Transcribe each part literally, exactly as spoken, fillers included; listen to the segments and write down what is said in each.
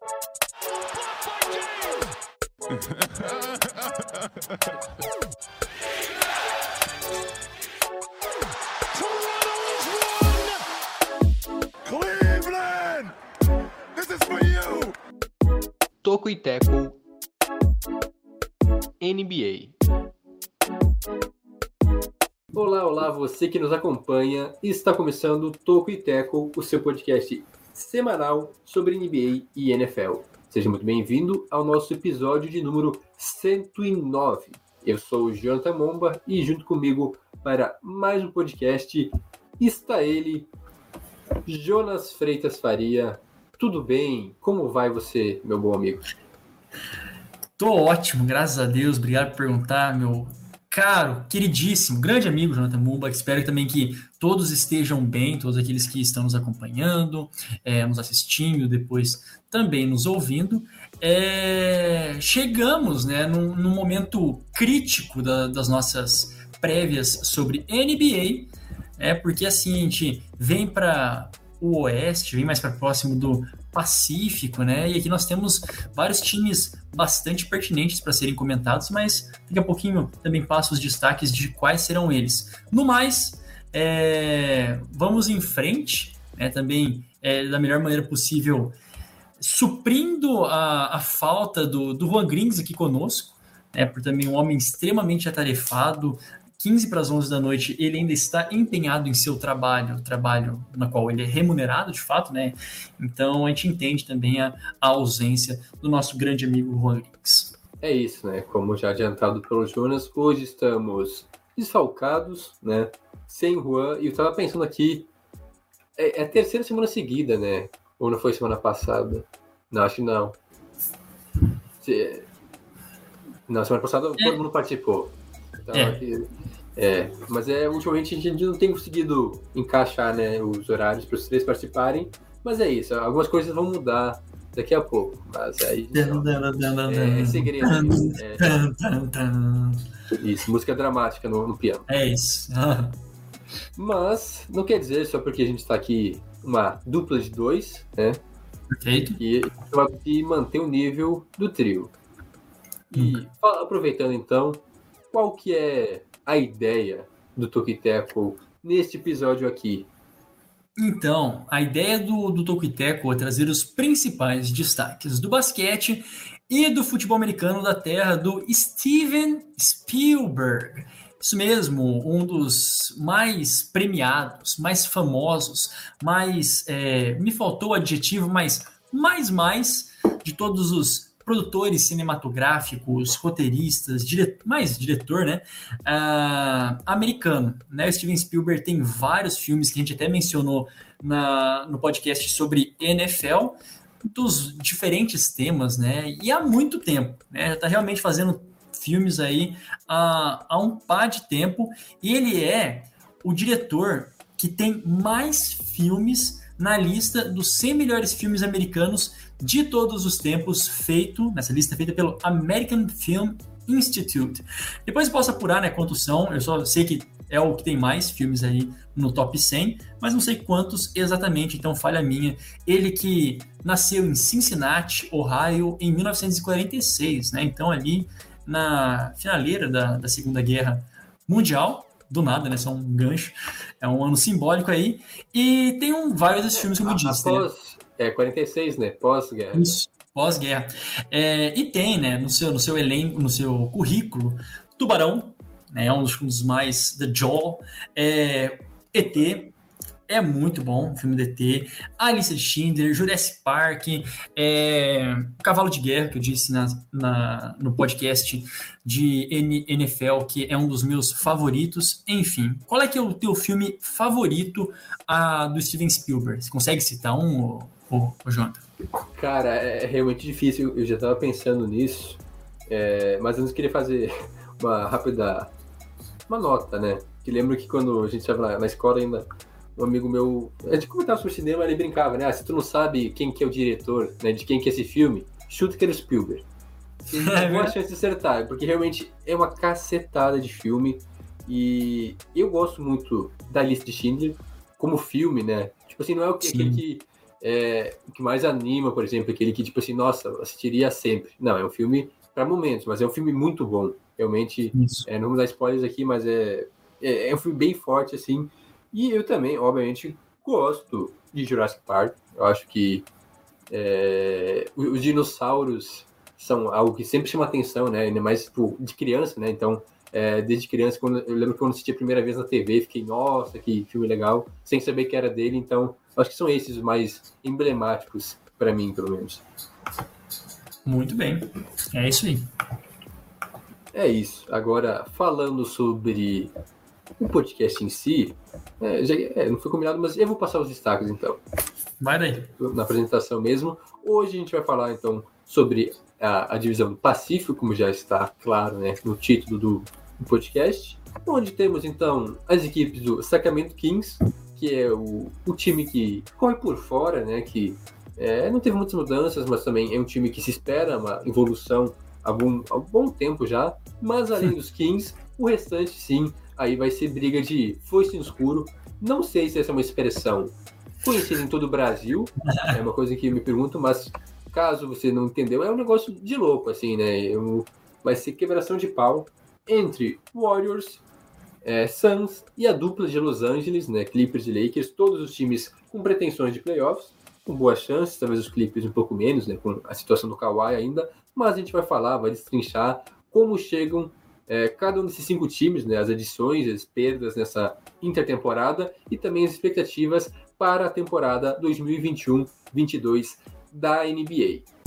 Cleveland, this is for you. Toco e Teco N B A. Olá, olá, você que nos acompanha. Está começando o Toco e Teco, o seu podcast semanal sobre N B A e N F L. Seja muito bem-vindo ao nosso episódio de número cento e nove. Eu sou o Jonathan Momba e junto comigo para mais um podcast está ele, Jonas Freitas Faria. Tudo bem? Como vai você, meu bom amigo? Tô ótimo, graças a Deus. Obrigado por perguntar, meu caro, queridíssimo, grande amigo Jonathan Momba. Espero também que todos estejam bem, todos aqueles que estão nos acompanhando, é, nos assistindo, depois também nos ouvindo. É, chegamos, né, num, num momento crítico da, das nossas prévias sobre N B A, é, porque assim, a gente vem para o Oeste, vem mais para próximo do Pacífico, né? E aqui nós temos vários times bastante pertinentes para serem comentados, mas daqui a pouquinho também passo os destaques de quais serão eles. No mais, é, vamos em frente, né? Também é, da melhor maneira possível, suprindo a, a falta do, do Juan Grings aqui conosco, né? Por também um homem extremamente atarefado. quinze para as onze da noite, ele ainda está empenhado em seu trabalho, trabalho na qual ele é remunerado, de fato, né? Então, a gente entende também a, a ausência do nosso grande amigo Juan Grings. É isso, né? Como já adiantado pelo Jonas, hoje estamos desfalcados, né? Sem Juan, e eu estava pensando aqui, é, é a terceira semana seguida, né? Ou não foi semana passada? Não, acho que não. Se... Não, semana passada é. Todo mundo participou. Então, é. aqui... É, mas é, ultimamente a gente não tem conseguido encaixar, né, os horários para os três participarem, mas é isso, algumas coisas vão mudar daqui a pouco, mas aí não, é, é segredo. É, isso, música dramática no, no piano. É isso. Mas não quer dizer só porque a gente está aqui uma dupla de dois, né? Perfeito. E vai conseguir manter o nível do trio. E hum. aproveitando então, qual que é a ideia do Toco e Teco neste episódio aqui? Então, a ideia do, do Toco e Teco é trazer os principais destaques do basquete e do futebol americano da terra do Steven Spielberg. Isso mesmo, um dos mais premiados, mais famosos, mais, é, me faltou o adjetivo, mas mais, mais de todos os produtores cinematográficos, roteiristas, dire... mais diretor, né, uh, americano, né, o Steven Spielberg tem vários filmes que a gente até mencionou na, no podcast sobre N F L, dos diferentes temas, né, e há muito tempo, né, já está realmente fazendo filmes aí há, há um par de tempo, e ele é o diretor que tem mais filmes na lista dos cem melhores filmes americanos de todos os tempos, feito, nessa lista feita pelo American Film Institute. Depois eu posso apurar, né, quantos são, eu só sei que é o que tem mais filmes aí no top cem, mas não sei quantos exatamente, então falha minha. Ele que nasceu em Cincinnati, Ohio, em mil novecentos e quarenta e seis, né, então ali na finaleira da, da Segunda Guerra Mundial, do nada, né, só um gancho, é um ano simbólico aí, e tem um, vários filmes, como eu disse, após... né? É quarenta e seis, né? Pós-guerra. Isso, pós-guerra. É, e tem, né, no seu, no seu elenco, no seu currículo, Tubarão, né, um dos, um dos mais, The Jaw, é, E T, é muito bom o filme do E T, A Lista de Schindler, Jurassic Park, é, Cavalo de Guerra, que eu disse na, na, no podcast de N F L, que é um dos meus favoritos. Enfim, qual é que é o teu filme favorito a, do Steven Spielberg? Você consegue citar um, ô, ô Jonathan? Cara, é realmente difícil, eu já estava pensando nisso, é, mas antes eu queria fazer uma rápida uma nota, né? Que lembro que quando a gente estava na escola ainda, um amigo meu, a gente comentava sobre cinema, ele brincava, né? Ah, se tu não sabe quem que é o diretor, né? De quem que é esse filme, chuta que era o Spielberg. Você não tem uma chance de acertar, porque realmente é uma cacetada de filme. E eu gosto muito da Lista de Schindler como filme, né? Tipo assim, não é aquele que é, o que mais anima, por exemplo, aquele que, tipo assim, nossa, assistiria sempre. Não, é um filme para momentos, mas é um filme muito bom. Realmente, é, não vamos dar spoilers aqui, mas é, é, é um filme bem forte, assim. E eu também, obviamente, gosto de Jurassic Park. Eu acho que é, os dinossauros são algo que sempre chama atenção, né? Ainda mais tipo, de criança, né? Então, é, desde criança, quando, eu lembro que quando assisti a primeira vez na T V, fiquei, nossa, que filme legal, sem saber que era dele. Então, acho que são esses os mais emblemáticos para mim, pelo menos. Muito bem, é isso aí. É isso. Agora, falando sobre o podcast em si, é, já, é, não foi combinado, mas eu vou passar os destaques, então. Vai daí. Na apresentação mesmo. Hoje a gente vai falar, então, sobre a, a divisão do Pacífico, como já está claro, né, no título do, do podcast, onde temos, então, as equipes do Sacramento Kings, que é o, o time que corre por fora, né, que é, não teve muitas mudanças, mas também é um time que se espera uma evolução há algum, há um bom tempo já, mas além dos Kings, o restante, sim, aí vai ser briga de foice no escuro. Não sei se essa é uma expressão conhecida em todo o Brasil, é uma coisa que eu me pergunto, mas caso você não entendeu, é um negócio de louco, assim, né? Eu, vai ser quebração de pau entre Warriors, é, Suns e a dupla de Los Angeles, né? Clippers e Lakers, todos os times com pretensões de playoffs, com boas chances, talvez os Clippers um pouco menos, né? Com a situação do Kawhi ainda, mas a gente vai falar, vai destrinchar como chegam é, cada um desses cinco times, né? As adições, as perdas nessa intertemporada e também as expectativas para a temporada dois mil e vinte e um vinte e dois da N B A.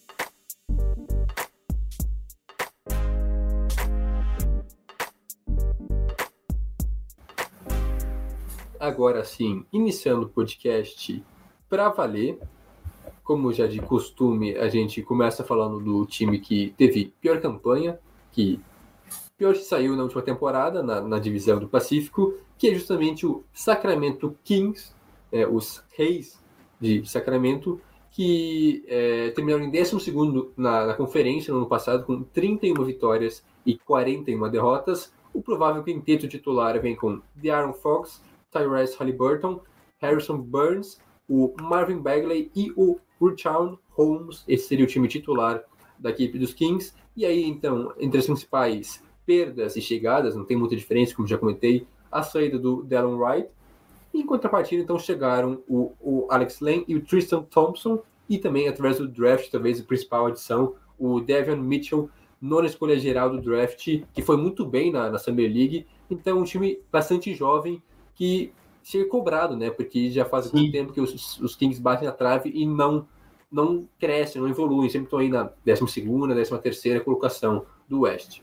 Agora sim, iniciando o podcast para valer. Como já de costume, a gente começa falando do time que teve pior campanha, que pior saiu na última temporada, na, na divisão do Pacífico, que é justamente o Sacramento Kings, é, os Reis de Sacramento, que é, terminaram em décimo segundo na, na conferência no ano passado, com trinta e uma vitórias e quarenta e uma derrotas. O provável quinteto titular vem com De'Aaron Fox, Tyrese Haliburton, Harrison Burns, o Marvin Bagley e o Richaun Holmes. Esse seria o time titular da equipe dos Kings. E aí, então, entre as principais perdas e chegadas, não tem muita diferença, como já comentei, a saída do Delon Wright. Em contrapartida, então, chegaram o, o Alex Len e o Tristan Thompson, e também, através do draft, talvez a principal adição, o Devion Mitchell, nona escolha geral do draft, que foi muito bem na, na Summer League. Então, um time bastante jovem que chega cobrado, né? Porque já faz muito tempo que os, os Kings batem na trave e não, não crescem, não evoluem. Sempre estão aí na décima segunda, décima terceira colocação do Oeste.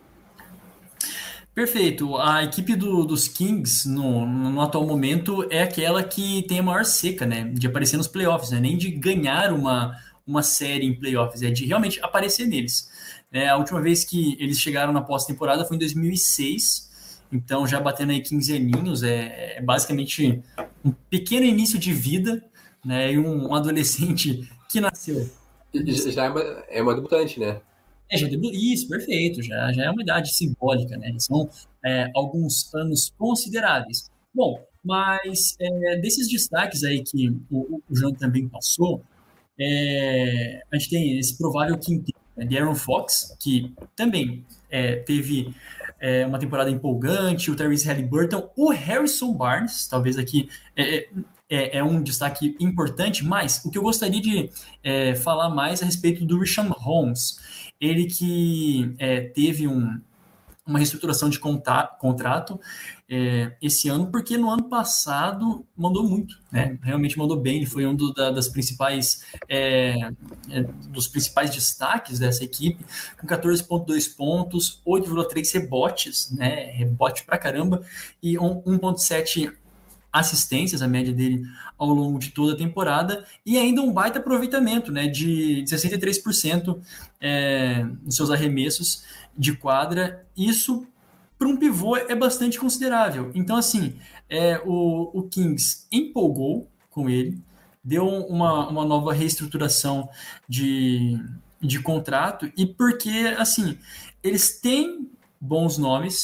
Perfeito. A equipe do, dos Kings, no, no atual momento, é aquela que tem a maior seca, né? De aparecer nos playoffs, né? Nem de ganhar uma, uma série em playoffs, é de realmente aparecer neles. É, a última vez que eles chegaram na pós-temporada foi em dois mil e seis, então já batendo aí quinze aninhos, é, é basicamente um pequeno início de vida, né? E um, um adolescente que nasceu. Já é uma, é uma debutante, né? É, já debu- Isso, perfeito, já, já é uma idade simbólica, né? São é, alguns anos consideráveis. Bom, mas é, desses destaques aí que o, o João também passou, é, a gente tem esse provável quinteto, né, de Aaron Fox, que também é, teve é, uma temporada empolgante, o Tyrese Haliburton, o Harrison Barnes, talvez aqui é, é, é um destaque importante, mas o que eu gostaria de é, falar mais a respeito do Richaun Holmes, ele que é, teve um, uma reestruturação de conta, contrato é, esse ano, porque no ano passado mandou muito, né? Realmente mandou bem, ele foi um do, da, das principais é, é, dos principais destaques dessa equipe, com quatorze vírgula dois pontos, oito vírgula três rebotes, né? Rebote pra caramba, e um vírgula sete assistências, a média dele ao longo de toda a temporada, e ainda um baita aproveitamento, né, de sessenta e três por cento é, nos seus arremessos de quadra. Isso, para um pivô, é bastante considerável. Então, assim, é, o, o Kings empolgou com ele, deu uma, uma nova reestruturação de, de contrato, e porque, assim, eles têm bons nomes,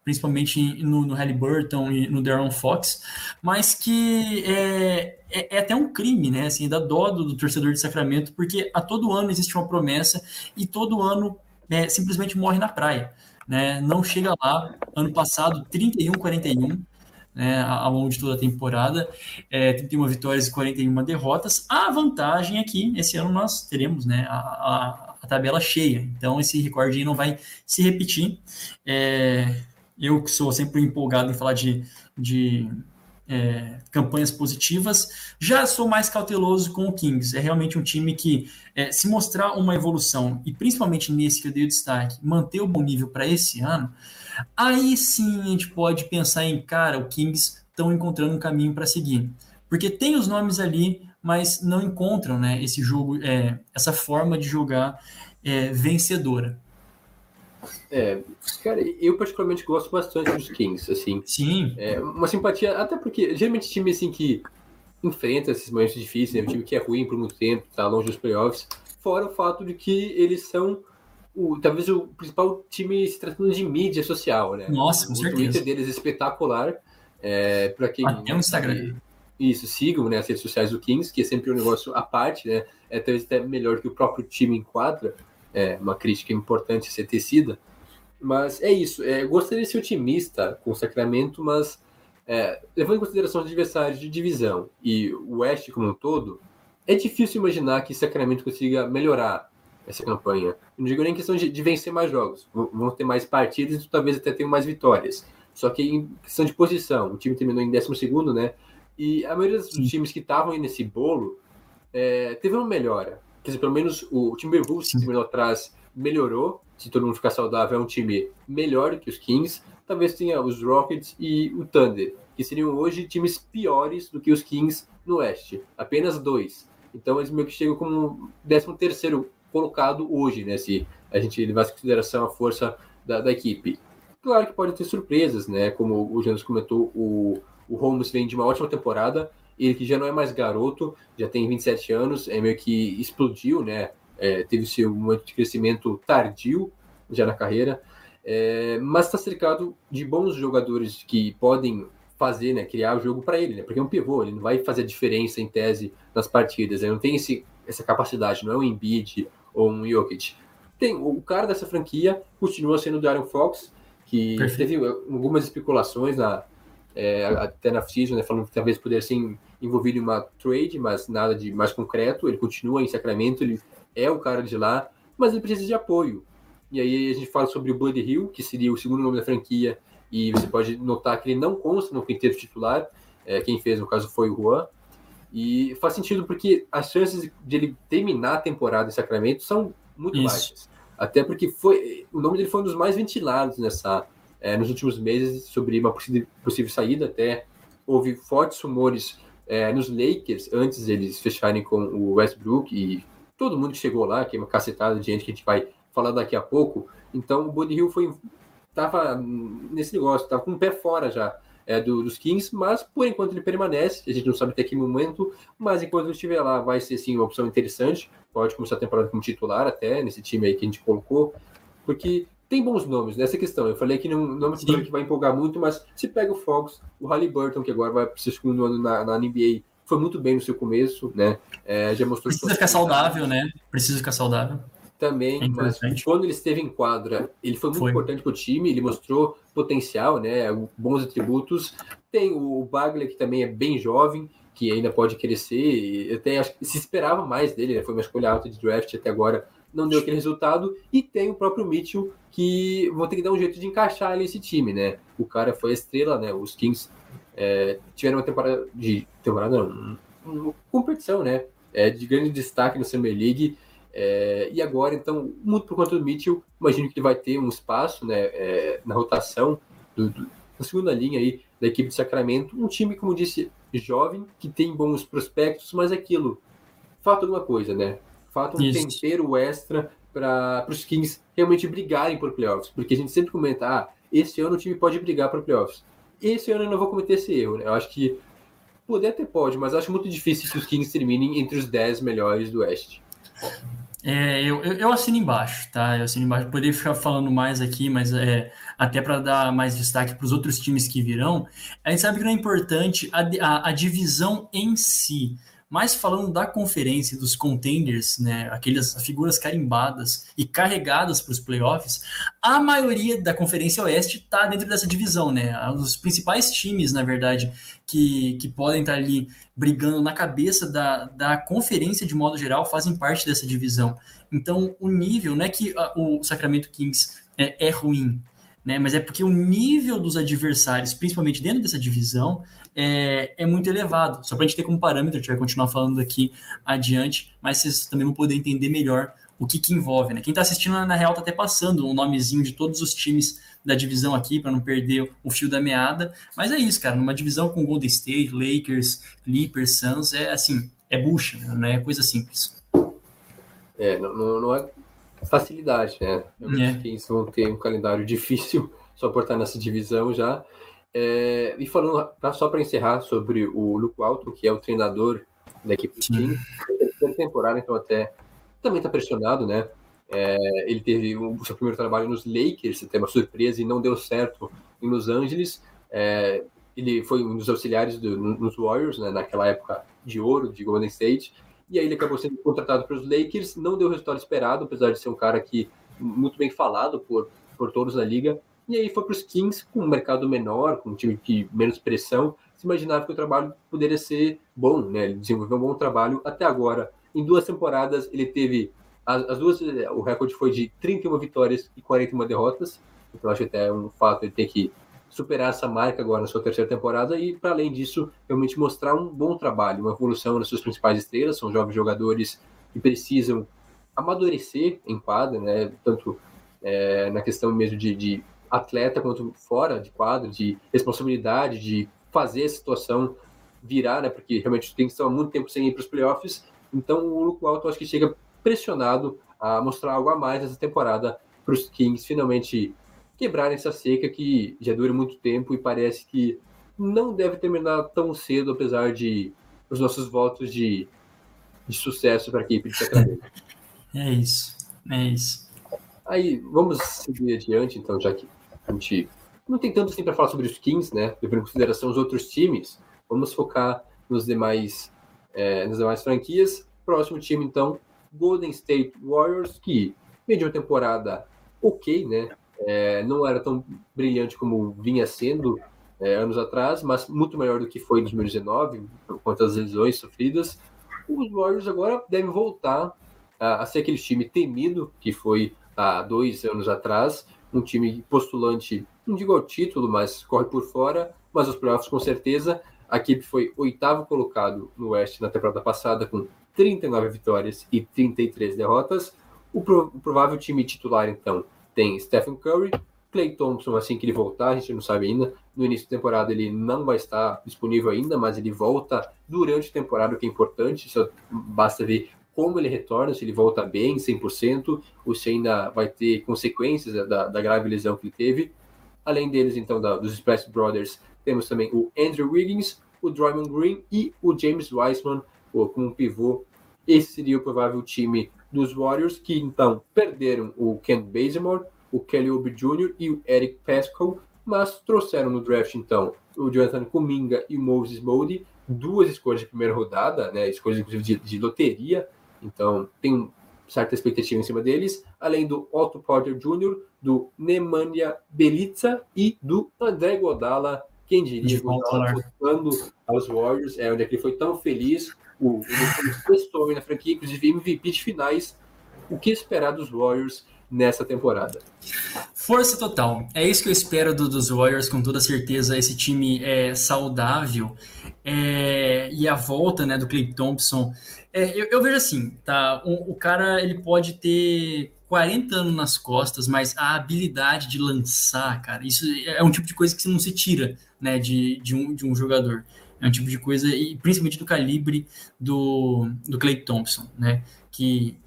principalmente no, no Haliburton e no De'Aaron Fox, mas que é, é, é até um crime, né? Assim, dá dó do, do torcedor de Sacramento, porque a todo ano existe uma promessa e todo ano é, simplesmente morre na praia, né? Não chega lá. Ano passado, trinta e um a quarenta e um, né, ao longo de toda a temporada, é, trinta e uma vitórias e quarenta e uma derrotas. A vantagem é que esse ano nós teremos, né, a, a, a tabela cheia, então esse recorde aí não vai se repetir. É, eu que sou sempre empolgado em falar de, de é, campanhas positivas, já sou mais cauteloso com o Kings. É realmente um time que, é, se mostrar uma evolução, e principalmente nesse que eu dei o destaque, manter o bom nível para esse ano, aí sim a gente pode pensar em, cara, o Kings estão encontrando um caminho para seguir. Porque tem os nomes ali, mas não encontram, né, esse jogo, é, essa forma de jogar é, vencedora. É, cara, eu particularmente gosto bastante dos Kings, assim. Sim. É, uma simpatia, até porque geralmente time assim que enfrenta esses momentos difíceis, né, um time que é ruim por muito tempo, tá longe dos playoffs, fora o fato de que eles são o, talvez o principal time se tratando de mídia social, né? Nossa, com o certeza. Twitter deles é espetacular. É, para quem até o Instagram. Isso, sigam, né, as redes sociais do Kings, que é sempre um negócio à parte, né? É talvez até melhor que o próprio time em quadra. É uma crítica importante a ser tecida. Mas é isso. É, gostaria de ser otimista com o Sacramento, mas é, levando em consideração os adversários de divisão e o Oeste como um todo, é difícil imaginar que Sacramento consiga melhorar essa campanha. Não digo nem questão de, de vencer mais jogos. Vão ter mais partidas e talvez até tenham mais vitórias. Só que em questão de posição, o time terminou em décimo segundo, né? E a maioria dos Sim. times que estavam aí nesse bolo é, teve uma melhora. Quer dizer, pelo menos o, o Timberwolves, que terminou atrás, melhorou. Se todo mundo ficar saudável, é um time melhor que os Kings. Talvez tenha os Rockets e o Thunder, que seriam hoje times piores do que os Kings no Oeste. Apenas dois. Então eles meio que chegam como décimo terceiro colocado hoje, né? Se a gente levar em consideração a força da, da equipe. Claro que pode ter surpresas, né? Como o Jonas comentou, o, o Holmes vem de uma ótima temporada. Ele que já não é mais garoto, já tem vinte e sete anos, é meio que explodiu, né? É, teve seu momento de crescimento tardio já na carreira, é, mas está cercado de bons jogadores que podem fazer, né, criar o jogo para ele, né, porque é um pivô, ele não vai fazer a diferença em tese nas partidas, ele não tem esse, essa capacidade, não é um Embiid ou um Jokic. Tem, o cara dessa franquia continua sendo o De'Aaron Fox, que Perfeito. Teve algumas especulações na, é, até na season, né, falando que talvez pudesse ser envolvido em uma trade, mas nada de mais concreto. Ele continua em Sacramento, ele é o cara de lá, mas ele precisa de apoio. E aí a gente fala sobre o Buddy Hield, que seria o segundo nome da franquia, e você pode notar que ele não consta no quinteto titular. É, quem fez, no caso, foi o Juan. E faz sentido porque as chances de ele terminar a temporada em Sacramento são muito Isso. baixas. Até porque foi, o nome dele foi um dos mais ventilados nessa, é, nos últimos meses sobre uma possível, possível saída. Até houve fortes rumores é, nos Lakers, antes eles fecharem com o Westbrook, e todo mundo que chegou lá, que é uma cacetada de gente que a gente vai falar daqui a pouco. Então o Buddy Hield foi, tava nesse negócio, tava com o pé fora já é, do, dos Kings, mas por enquanto ele permanece, a gente não sabe até que momento, mas enquanto ele estiver lá vai ser sim uma opção interessante, pode começar a temporada como titular até, nesse time aí que a gente colocou, porque tem bons nomes nessa questão. Eu falei que não, não é um time que vai empolgar muito, mas se pega o Fox, o Haliburton, que agora vai para o seu segundo ano na, na N B A, foi muito bem no seu começo, né? É, já mostrou Precisa ficar saudável, né? Precisa ficar saudável. Também, é mas quando ele esteve em quadra, ele foi muito foi. importante para o time, ele mostrou potencial, né? Bons atributos. Tem o Bagley, que também é bem jovem, que ainda pode crescer. Até acho que se esperava mais dele, né? Foi uma escolha alta de draft até agora. Não deu aquele resultado, e tem o próprio Mitchell, que vão ter que dar um jeito de encaixar ali esse time, né? O cara foi a estrela, né? Os Kings é, tiveram uma temporada de temporada não, uma competição, né? É, de grande destaque no Summer League, é, e agora, então, muito por conta do Mitchell, imagino que ele vai ter um espaço, né, é, na rotação do, do, na segunda linha aí da equipe de Sacramento, um time, como disse, jovem, que tem bons prospectos, mas aquilo, falta alguma coisa, né? Falta um Isso. tempero extra para os Kings realmente brigarem por playoffs, porque a gente sempre comenta, ah, esse ano o time pode brigar por playoffs. Esse ano eu não vou cometer esse erro, né? Eu acho que poder até pode, mas acho muito difícil que os Kings terminem entre os dez melhores do Oeste. É, eu, eu, eu assino embaixo, tá? Eu assino embaixo. Poderia ficar falando mais aqui, mas é, até para dar mais destaque para os outros times que virão, a gente sabe que não é importante a, a, a divisão em si, mas falando da conferência, dos contenders, né, aquelas figuras carimbadas e carregadas para os playoffs, a maioria da Conferência Oeste está dentro dessa divisão, né? Os principais times, na verdade, que, que podem estar ali brigando na cabeça da, da conferência de modo geral, fazem parte dessa divisão. Então, o nível, não é que a, o Sacramento Kings é, é ruim, né? Mas é porque o nível dos adversários, principalmente dentro dessa divisão, é, é muito elevado. Só para a gente ter como parâmetro, a gente vai continuar falando aqui adiante, mas vocês também vão poder entender melhor o que, que envolve, né? Quem está assistindo, na real, está até passando um nomezinho de todos os times da divisão aqui, para não perder o fio da meada. Mas é isso, cara. Numa divisão com Golden State, Lakers, Clippers, Suns, é assim, é bucha, né? Não é coisa simples. É, não, não, não é facilidade, né? É. Os Kings vão ter um calendário difícil só por estar nessa divisão já. É, e falando, só para encerrar, sobre o Luke Walton, que é o treinador da equipe do Kings, terceira temporada, então até também está pressionado, né? É, ele teve o seu primeiro trabalho nos Lakers, teve uma surpresa e não deu certo em Los Angeles. É, ele foi um dos auxiliares do, nos Warriors, né, naquela época de ouro de Golden State, e aí ele acabou sendo contratado para os Lakers, não deu o resultado esperado, apesar de ser um cara que muito bem falado por, por todos na liga, e aí foi para os Kings, com um mercado menor, com um time de menos pressão. Se imaginava que o trabalho poderia ser bom, né? Ele desenvolveu um bom trabalho até agora. Em duas temporadas ele teve as, as duas, o recorde foi de trinta e uma vitórias e quarenta e uma derrotas, então acho que até é um fato ele ter que superar essa marca agora na sua terceira temporada e, para além disso, realmente mostrar um bom trabalho, uma evolução nas suas principais estrelas. São jovens jogadores que precisam amadurecer em quadra, né? Tanto é, na questão mesmo de, de atleta quanto fora de quadra, de responsabilidade, de fazer a situação virar, né? Porque realmente tem que estar há muito tempo sem ir para os playoffs. Então o Luke Walton acho que chega pressionado a mostrar algo a mais nessa temporada para os Kings finalmente quebrarem essa seca que já dura muito tempo e parece que não deve terminar tão cedo, apesar de os nossos votos de, de sucesso para a equipe de Sacramento. É isso, é isso. Aí, vamos seguir adiante, então, já que a gente não tem tanto assim para falar sobre os Kings, né? Levando em consideração os outros times, vamos focar nos demais, é, nas demais franquias. Próximo time, então, Golden State Warriors, que vem de uma temporada ok, né? É, não era tão brilhante como vinha sendo é, anos atrás, mas muito melhor do que foi em dois mil e dezenove, por conta das lesões sofridas. Os Warriors agora devem voltar a, a ser aquele time temido que foi há dois anos atrás, um time postulante, não digo ao título, mas corre por fora, mas os playoffs com certeza. A equipe foi oitavo colocado no Oeste na temporada passada, com trinta e nove vitórias e trinta e três derrotas. O, pro, o provável time titular, então, tem Stephen Curry, Klay Thompson, assim que ele voltar, a gente não sabe ainda. No início da temporada ele não vai estar disponível ainda, mas ele volta durante a temporada, o que é importante. Só basta ver como ele retorna, se ele volta bem, cem por cento, ou se ainda vai ter consequências da, da grave lesão que ele teve. Além deles, então, da, dos Splash Brothers, temos também o Andrew Wiggins, o Draymond Green e o James Wiseman como pivô. Esse seria o provável time dos Warriors, que então perderam o Ken Bazemore, o Kelly Oubre Júnior e o Eric Paschall, mas trouxeram no draft então o Jonathan Kuminga e o Moses Moody, duas escolhas de primeira rodada, né, escolhas inclusive de, de loteria, então tem certa expectativa em cima deles, além do Otto Porter Júnior, do Nemanja Bjelica e do André Iguodala. Quem diria, Iguodala voltando aos Warriors, é onde ele foi tão feliz, o, o sexto homem na franquia, inclusive M V P de finais. O que esperar dos Warriors nessa temporada? Força total. É isso que eu espero do, dos Warriors, com toda certeza. Esse time é saudável. É, e a volta, né, do Klay Thompson. É, eu, eu vejo assim, tá? O, o cara ele pode ter quarenta anos nas costas, mas a habilidade de lançar, cara, isso é um tipo de coisa que não se tira, né, de, de, um, de um jogador. É um tipo de coisa, e principalmente do calibre do, do Klay Thompson, né? Que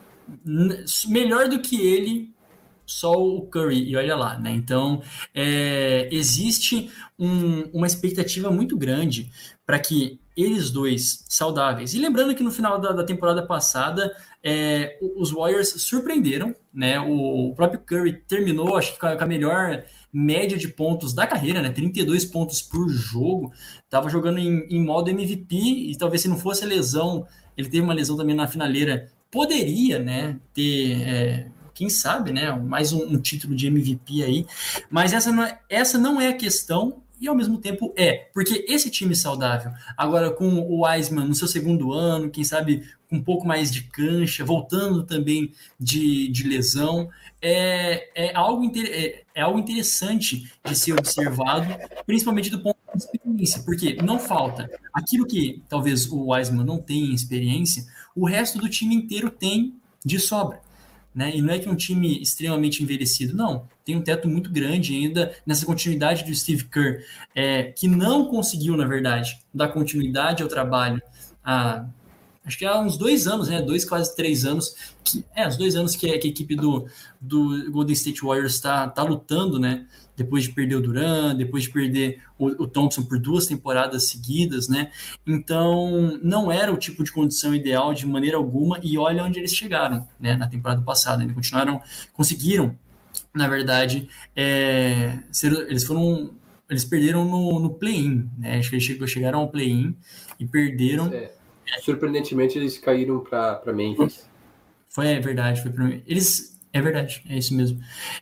n- melhor do que ele, só o Curry, e olha lá, né? Então, é, existe um, uma expectativa muito grande para que eles dois saudáveis. E lembrando que no final da, da temporada passada, é, os Warriors surpreenderam, né? O, o próprio Curry terminou, acho que com a, com a melhor média de pontos da carreira, né? trinta e dois pontos por jogo. Estava jogando em, em modo M V P, e talvez se não fosse a lesão, ele teve uma lesão também na finaleira, poderia, né, ter... É, quem sabe, né? Mais um, um título de M V P aí. Mas essa não, é, essa não é a questão, e ao mesmo tempo é. Porque esse time saudável, agora com o Wiseman no seu segundo ano, quem sabe com um pouco mais de cancha, voltando também de, de lesão, é, é, algo inter, é, é algo interessante de ser observado, principalmente do ponto de experiência. Porque não falta aquilo que talvez o Wiseman não tenha em experiência, o resto do time inteiro tem de sobra. Né? E não é que é um time extremamente envelhecido, não. Tem um teto muito grande ainda nessa continuidade do Steve Kerr, é, que não conseguiu, na verdade, dar continuidade ao trabalho há, acho que há uns dois anos, né? Dois, quase três anos, que, é, uns dois anos que, que a equipe do, do Golden State Warriors está tá lutando, né? Depois de perder o Durant, depois de perder o, o Thompson por duas temporadas seguidas, né? Então, não era o tipo de condição ideal de maneira alguma, e olha onde eles chegaram, né? Na temporada passada, eles continuaram, conseguiram, na verdade, é, ser, eles foram, eles perderam no, no play-in, né? Acho que eles chegou, chegaram ao play-in e perderam. É. Surpreendentemente, eles caíram para Memphis. Foi, é verdade, foi para eles. É verdade, é isso mesmo.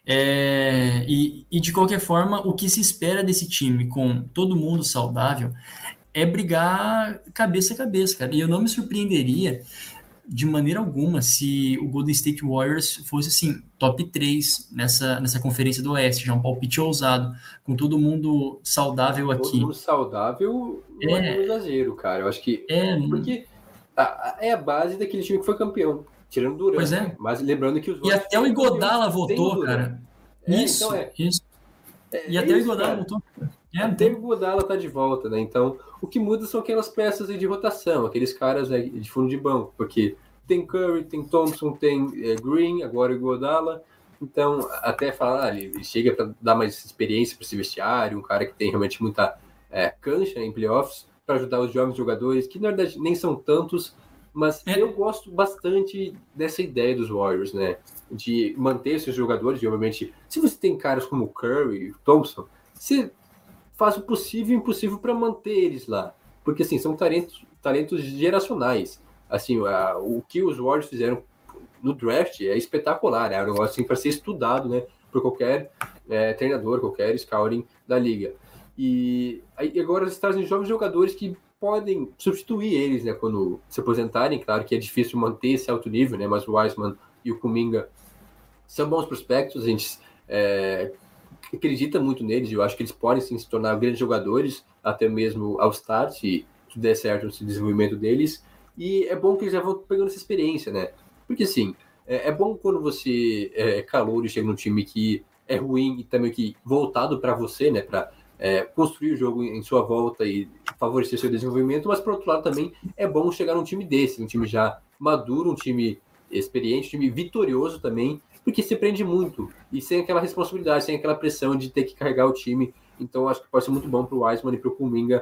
É, e, e, de qualquer forma, o que se espera desse time, com todo mundo saudável, é brigar cabeça a cabeça, cara. E eu não me surpreenderia, de maneira alguma, se o Golden State Warriors fosse, assim, top três nessa, nessa conferência do Oeste, já um palpite ousado, com todo mundo saudável aqui. Todo mundo saudável não é, é um exagero, cara. Eu acho que... É, porque a, a, é a base daquele time que foi campeão. Tirando o Durant, pois é. né? Mas lembrando que os E até o Iguodala votou, cara. É, isso, então é. isso. É, e é até o isso, Iguodala cara. voltou. É, até o Iguodala tá de volta, né? Então, o que muda são aquelas peças de rotação, aqueles caras, né, de fundo de banco, porque tem Curry, tem Thompson, tem é, Green, agora o Iguodala. Então, até falar, ah, ele chega para dar mais experiência para esse vestiário, um cara que tem realmente muita é, cancha em playoffs, para ajudar os jovens jogadores, que na verdade nem são tantos. Mas é. eu gosto bastante dessa ideia dos Warriors, né? De manter seus jogadores, e obviamente, se você tem caras como Curry, Thompson, você faz o possível e o impossível para manter eles lá. Porque, assim, são talentos, talentos geracionais. Assim, a, o que os Warriors fizeram no draft é espetacular, é um negócio assim, para ser estudado, né? Por qualquer é, treinador, qualquer scouting da liga. E aí, agora eles trazem jovens jogadores que podem substituir eles, né, quando se aposentarem. Claro que é difícil manter esse alto nível, né, mas o Wiseman e o Kuminga são bons prospectos, a gente é, acredita muito neles, eu acho que eles podem sim, se tornar grandes jogadores, até mesmo ao start, se tudo der certo no desenvolvimento deles, e é bom que eles já vão pegando essa experiência, né, porque assim, é, é bom quando você é calouro e chega num time que é ruim e também que voltado para você, né, para É, construir o jogo em sua volta e favorecer seu desenvolvimento, mas por outro lado também é bom chegar num time desse, um time já maduro, um time experiente, um time vitorioso também, porque se prende muito e sem aquela responsabilidade, sem aquela pressão de ter que carregar o time. Então acho que pode ser muito bom para o Wiseman e para o Kuminga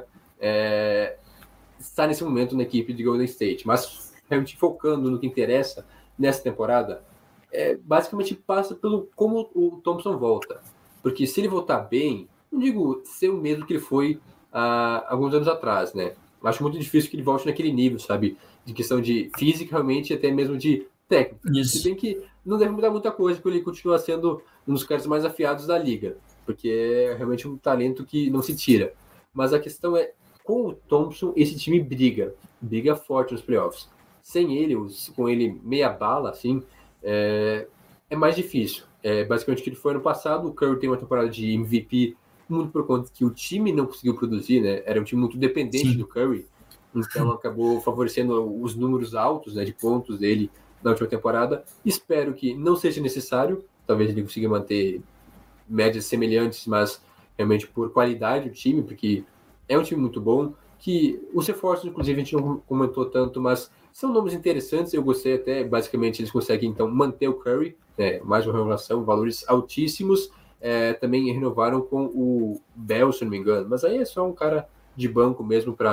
é, estar nesse momento na equipe de Golden State, mas realmente focando no que interessa nessa temporada, é, basicamente passa pelo como o Thompson volta, porque se ele voltar bem, não digo ser o mesmo que ele foi há alguns anos atrás, né? Acho muito difícil que ele volte naquele nível, sabe? De questão de física, realmente, e até mesmo de técnica. Isso. Se bem que não deve mudar muita coisa, porque ele continua sendo um dos caras mais afiados da liga, porque é realmente um talento que não se tira. Mas a questão é, com o Thompson, esse time briga, briga forte nos playoffs. Sem ele, com ele meia bala, assim, é, é mais difícil. É basicamente o que ele foi ano passado. O Curry tem uma temporada de M V P muito por conta que o time não conseguiu produzir, né? Era um time muito dependente Sim. do Curry, então acabou favorecendo os números altos, né, de pontos dele na última temporada. Espero que não seja necessário, talvez ele consiga manter médias semelhantes, mas realmente por qualidade do time, porque é um time muito bom, que os reforços, inclusive, a gente não comentou tanto, mas são nomes interessantes. Eu gostei até, basicamente, eles conseguem então manter o Curry, né, mais uma renovação, valores altíssimos. É, também renovaram com o Bell, se não me engano, mas aí é só um cara de banco mesmo para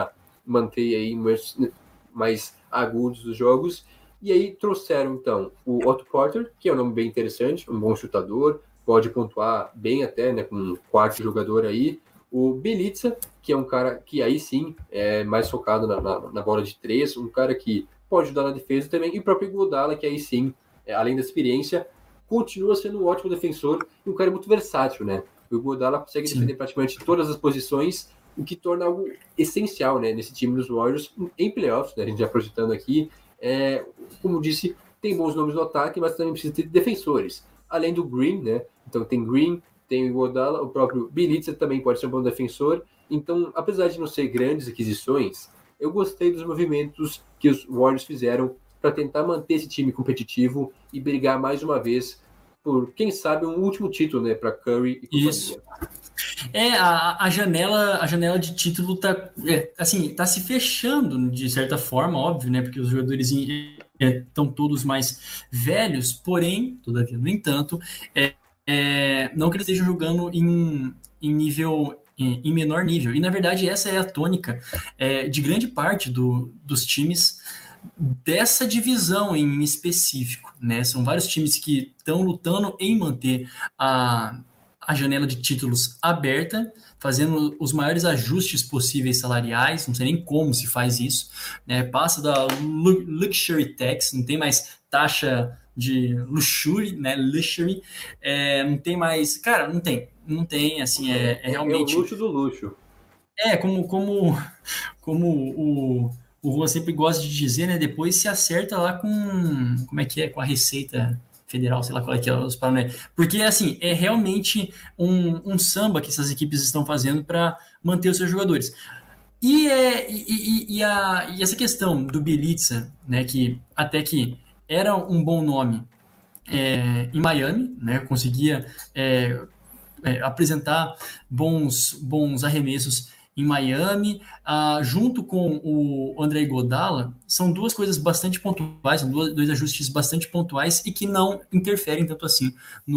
manter aí mais, mais agudos os jogos. E aí trouxeram, então, o Otto Porter, que é um nome bem interessante, um bom chutador, pode pontuar bem até, né, com um quarto jogador aí. O Bjelica, que é um cara que aí sim é mais focado na, na, na bola de três, um cara que pode ajudar na defesa também. E o próprio Iguodala, que aí sim, é, além da experiência, continua sendo um ótimo defensor e um cara muito versátil, né? O Iguodala consegue sim. defender praticamente todas as posições, o que torna algo essencial, né, nesse time dos Warriors em playoffs, né? A gente já projetando aqui. É, como disse, tem bons nomes no ataque, mas também precisa ter defensores. Além do Green, né? Então tem Green, tem o Iguodala, o próprio Bjelica também pode ser um bom defensor. Então, apesar de não ser grandes aquisições, eu gostei dos movimentos que os Warriors fizeram para tentar manter esse time competitivo e brigar mais uma vez por, quem sabe, um último título, né, para Curry e companhia. Isso. É, a, a, janela, a janela de título tá, é, assim, tá se fechando de certa forma, óbvio, né? Porque os jogadores estão é, todos mais velhos, porém, todavia, no entanto, é, é, não que eles estejam jogando em, em nível, em, em menor nível. E na verdade essa é a tônica é, de grande parte do, dos times dessa divisão em específico, né? São vários times que estão lutando em manter a a janela de títulos aberta, fazendo os maiores ajustes possíveis salariais, não sei nem como se faz isso, né? Passa da luxury tax, não tem mais taxa de luxury, né? Luxury, é, não tem mais, cara, não tem, não tem, assim, é, é realmente... É o luxo do luxo. É, como, como, como o, o Juan sempre gosta de dizer, né? Depois se acerta lá com, como é que é, com a Receita Federal, sei lá qual é que é os parâmetros. Porque, assim, é realmente um, um samba que essas equipes estão fazendo para manter os seus jogadores. E, é, e, e, e, a, e essa questão do Bjelica, né, que até que era um bom nome é, em Miami, né, conseguia é, é, apresentar bons, bons arremessos em Miami, ah, junto com o André Iguodala, são duas coisas bastante pontuais, são dois, dois ajustes bastante pontuais e que não interferem tanto assim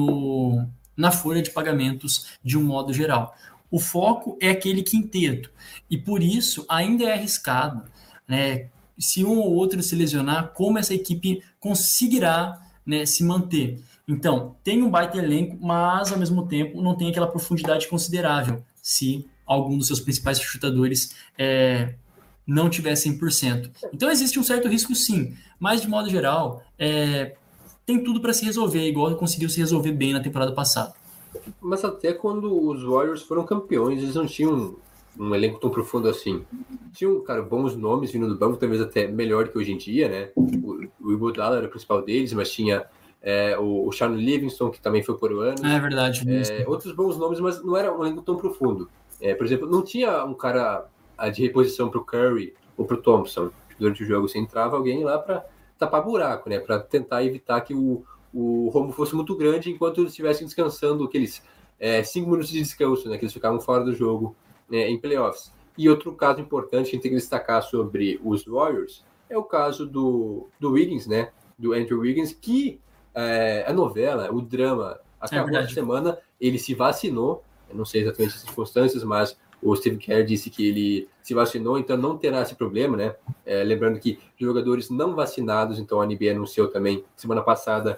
no, na folha de pagamentos de um modo geral. O foco é aquele quinteto, e por isso ainda é arriscado, né, se um ou outro se lesionar, como essa equipe conseguirá, né, se manter. Então, tem um baita elenco, mas ao mesmo tempo não tem aquela profundidade considerável, se algum dos seus principais chutadores é, não tiver cem por cento. Então existe um certo risco sim, mas de modo geral é, tem tudo para se resolver, igual conseguiu se resolver bem na temporada passada. Mas até quando os Warriors foram campeões, eles não tinham um, um elenco tão profundo assim. Tinham, cara, bons nomes vindo do banco, talvez até melhor que hoje em dia, né? O, o Iguodala era o principal deles, mas tinha é, o, o Sean Livingston, que também foi por anos. É verdade. É, outros bons nomes, mas não era um elenco tão profundo. É, por exemplo, não tinha um cara de reposição para o Curry ou para o Thompson. Durante o jogo, você entrava alguém lá para tapar buraco, né? Para tentar evitar que o, o rombo fosse muito grande enquanto eles estivessem descansando aqueles é, cinco minutos de descanso, né? Que eles ficavam fora do jogo, né, em playoffs. E outro caso importante que a gente tem que destacar sobre os Warriors é o caso do, do Wiggins, né? Do Andrew Wiggins, que é, a novela, o drama, acabou essa semana, ele se vacinou. Eu não sei exatamente as circunstâncias, mas o Steve Kerr disse que ele se vacinou, então não terá esse problema, né? É, lembrando que jogadores não vacinados, então a N B A anunciou também semana passada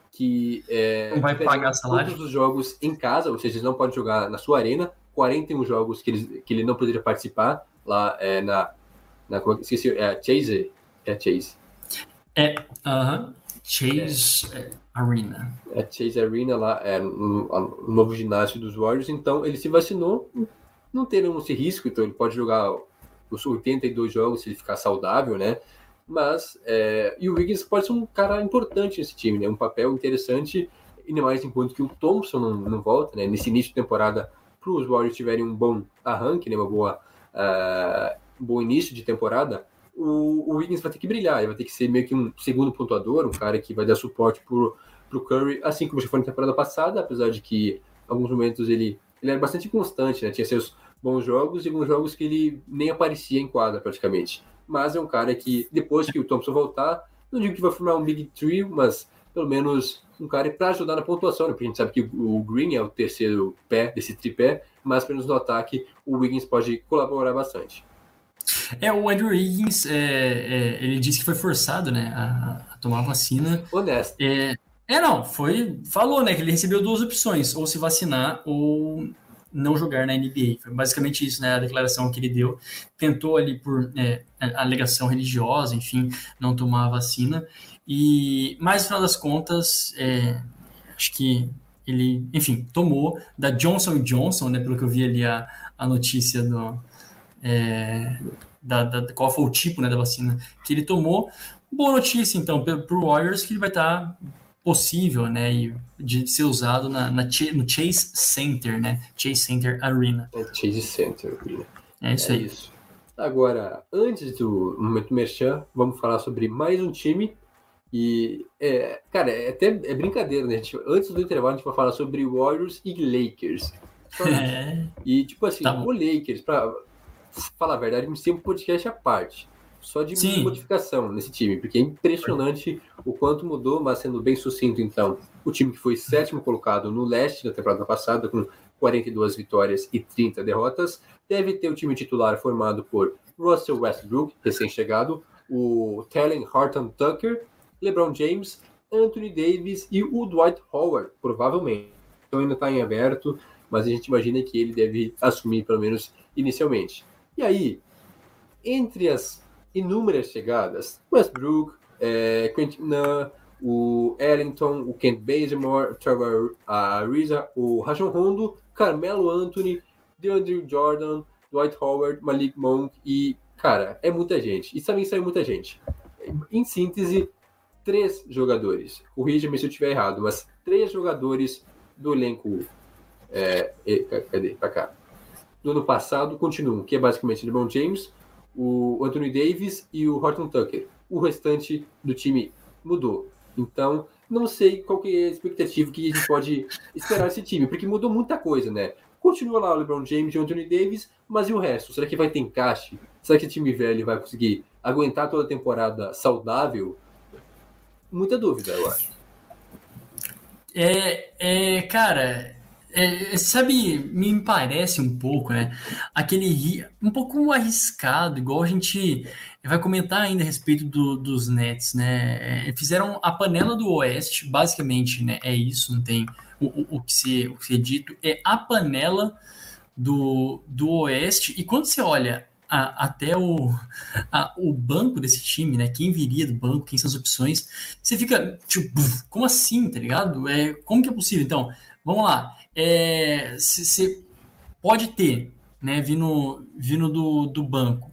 que é, não vai pagar salário. Todos os jogos em casa, ou seja, eles não podem jogar na sua arena, quarenta e um jogos que, eles, que ele não poderia participar lá é, na, na esqueci, é Chase, é Chase. É, aham. Uh-huh. Chase é, Arena. É Chase Arena lá, é no, no novo ginásio dos Warriors. Então ele se vacinou, não tem nenhum esse risco, então ele pode jogar os oitenta e dois jogos se ele ficar saudável, né? Mas é, e o Wiggins pode ser um cara importante nesse time, né? Um papel interessante, ainda mais enquanto que o Thompson não, não volta, né? Nesse início de temporada, para os Warriors tiverem um bom arranque, né? Uma boa, uh, um bom início de temporada. O, o Wiggins vai ter que brilhar, ele vai ter que ser meio que um segundo pontuador, um cara que vai dar suporte pro, pro Curry, assim como já foi na temporada passada, apesar de que em alguns momentos ele, ele era bastante constante, né? Tinha seus bons jogos e alguns jogos que ele nem aparecia em quadra praticamente. Mas é um cara que, depois que o Thompson voltar, não digo que vai formar um Big Three, mas pelo menos um cara para ajudar na pontuação, né? Porque a gente sabe que o Green é o terceiro pé desse tripé, mas pelo menos no ataque o Wiggins pode colaborar bastante. É, o Andrew Wiggins, é, é, ele disse que foi forçado, né, a, a tomar a vacina. Honesto. É, é, não, foi, falou, né, que ele recebeu duas opções, ou se vacinar ou não jogar na N B A. Foi basicamente isso, né, a declaração que ele deu. Tentou ali por é, alegação religiosa, enfim, não tomar a vacina. E, mas no final das contas, é, acho que ele, enfim, tomou da Johnson and Johnson, né, pelo que eu vi ali a, a notícia do... É, da, da, qual foi o tipo, né, da vacina que ele tomou. Boa notícia, então, para o Warriors, que ele vai estar possível, né, e de ser usado na, na, no Chase Center, né, Chase Center Arena. É Chase Center Arena. É isso é aí. Isso. Agora, antes do momento merchan, vamos falar sobre mais um time. E, é, cara, é até é brincadeira, né? A gente, antes do intervalo, a gente vai falar sobre Warriors e Lakers. É. E, tipo assim, Tá o bom. Lakers, pra falar a verdade, me tem um podcast à parte. Só de Sim. modificação nesse time, porque é impressionante o quanto mudou, mas sendo bem sucinto, então. O time que foi sétimo colocado no leste na temporada passada, com quarenta e duas vitórias e trinta derrotas, deve ter o time titular formado por Russell Westbrook, recém-chegado, o Talen Horton-Tucker, LeBron James, Anthony Davis e o Dwight Howard, provavelmente. Então ainda está em aberto, mas a gente imagina que ele deve assumir, pelo menos inicialmente. E aí, entre as inúmeras chegadas, Westbrook, é, Quentin Nunn, o Ellington, o Kent Bazemore, Trevor Ariza, o Rajon Rondo, Carmelo Anthony, DeAndre Jordan, Dwight Howard, Malik Monk e, cara, é muita gente. E também saiu muita gente. Em síntese, três jogadores. Corrija-me se eu estiver errado, mas três jogadores do elenco. É, cadê? Pra cá. Do ano passado continuam, que é basicamente LeBron James, o Anthony Davis e o Horton Tucker. O restante do time mudou. Então, não sei qual que é a expectativa que a gente pode esperar desse time, porque mudou muita coisa, né? Continua lá o LeBron James e o Anthony Davis, mas e o resto? Será que vai ter encaixe? Será que o time velho vai conseguir aguentar toda a temporada saudável? Muita dúvida, eu acho. É, é cara, é, sabe, me parece um pouco, né? Aquele um pouco arriscado, igual a gente vai comentar ainda a respeito do, dos Nets, né? É, fizeram a panela do Oeste, basicamente, né? É isso, não tem o, o, o, que ser, o que ser dito, é a panela do, do Oeste, e quando você olha A, até o, a, o banco desse time, né? Quem viria do banco, quem são as opções, você fica tipo, como assim, tá ligado? É, como que é possível? Então, vamos lá. Você é, pode ter, né, vindo, vindo do, do banco,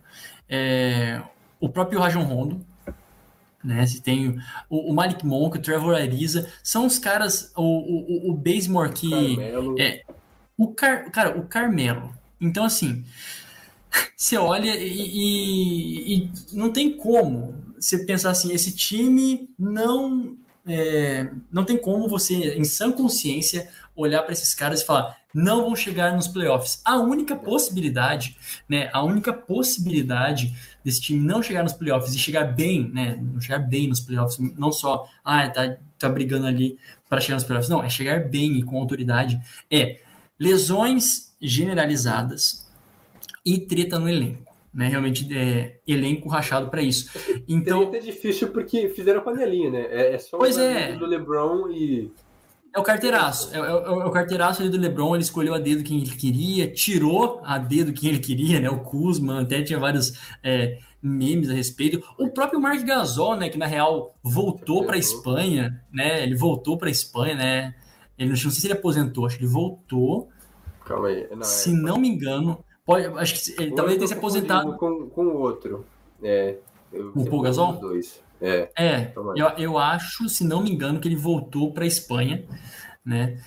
é, o próprio Rajon Rondo, né? Você tem o, o Malik Monk, o Trevor Ariza, são os caras, o, o, o Bazemore que. Carmelo. É, o Car, cara, o Carmelo. Então, assim. Você olha e, e, e não tem como você pensar assim, esse time não é, não tem como você, em sã consciência, olhar para esses caras e falar, não vão chegar nos playoffs. A única possibilidade, né, a única possibilidade desse time não chegar nos playoffs e chegar bem, né, não chegar bem nos playoffs, não só, ah, tá, tá brigando ali para chegar nos playoffs, não, é chegar bem e com autoridade, é lesões generalizadas e treta no elenco, né? Realmente é elenco rachado para isso. Então seria até difícil porque fizeram a panelinha, né? É, é só pois o é. do LeBron e é o carteiraço, é, é, é o carteiraço ali do LeBron. Ele escolheu a dedo quem ele queria, tirou a dedo quem ele queria, né? O Kuzma, até tinha vários é, memes a respeito. O próprio Marc Gasol, né? Que na real voltou para a Espanha, né? Ele voltou para a Espanha, né? Ele não sei se ele aposentou, acho que ele voltou. Calma aí, não, se é, não me engano. Pode, acho que ele talvez tenha se aposentado com, com o outro. É, o Paul Gasol? Dois. É, é eu, eu acho, se não me engano, que ele voltou para a Espanha, né?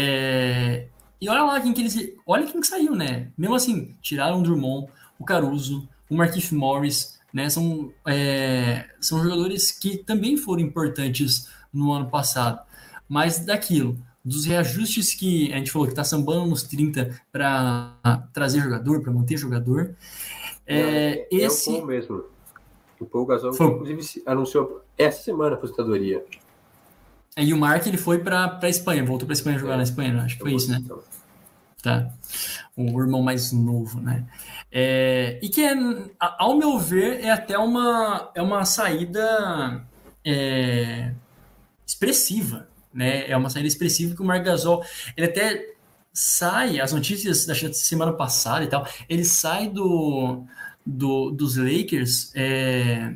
É, e olha lá quem que eles, olha quem que saiu, né? Mesmo assim, tiraram o Drummond, o Caruso, o Markieff Morris, né? São, é, são jogadores que também foram importantes no ano passado, mas daquilo. Dos reajustes que a gente falou que tá sambando nos trinta para trazer jogador, para manter jogador. É, é, esse... é o Paul mesmo. O Paul Gasol, foi... inclusive, anunciou essa semana a aposentadoria. É, e o Mark ele foi para a Espanha, voltou para a Espanha jogar é, na Espanha, acho que foi isso, né? Então. tá? O irmão mais novo, né? É, e que, é, ao meu ver, é até uma, é uma saída é, expressiva, né? É uma saída expressiva que o Marc Gasol, ele até sai, as notícias da semana passada e tal, ele sai do, do dos Lakers é,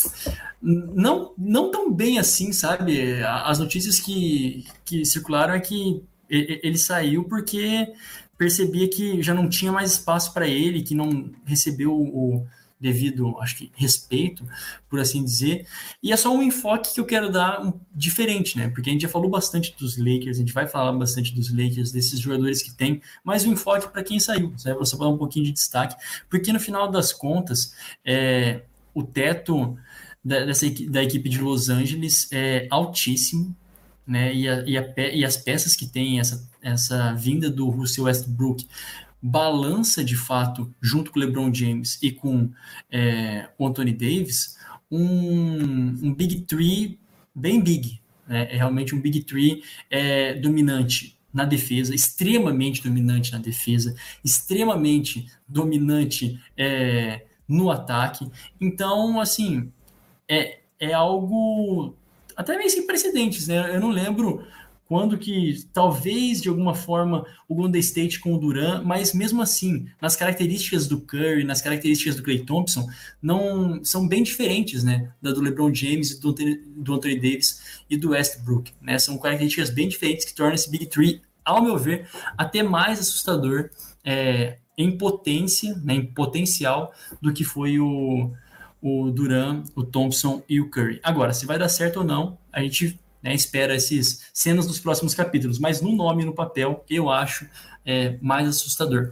não, não tão bem assim, sabe? As notícias que, que circularam é que ele saiu porque percebia que já não tinha mais espaço para ele, que não recebeu o devido, acho que, respeito, por assim dizer. E é só um enfoque que eu quero dar um, diferente, né? Porque a gente já falou bastante dos Lakers, a gente vai falar bastante dos Lakers, desses jogadores que tem, mas o enfoque para quem saiu, sabe? Você vai dar um pouquinho de destaque, porque no final das contas, é, o teto da, dessa, da equipe de Los Angeles é altíssimo, né? E, a, e, a, e as peças que tem essa, essa vinda do Russell Westbrook balança de fato, junto com o LeBron James e com é, o Anthony Davis, um, um Big Three bem big, né? É realmente um Big Three é, dominante na defesa, extremamente dominante na defesa, extremamente dominante é, no ataque. Então, assim, é, é algo até meio sem precedentes, né? Eu não lembro quando que, talvez, de alguma forma, o Golden State com o Durant, mas mesmo assim, nas características do Curry, nas características do Klay Thompson, não, são bem diferentes, né? Da do LeBron James, do, do Anthony Davis e do Westbrook, né? São características bem diferentes que tornam esse Big Three, ao meu ver, até mais assustador é, em potência, né? Em potencial, do que foi o, o Durant, o Thompson e o Curry. Agora, se vai dar certo ou não, a gente... Né, espera esses cenas dos próximos capítulos, mas no nome e no papel, eu acho é, mais assustador.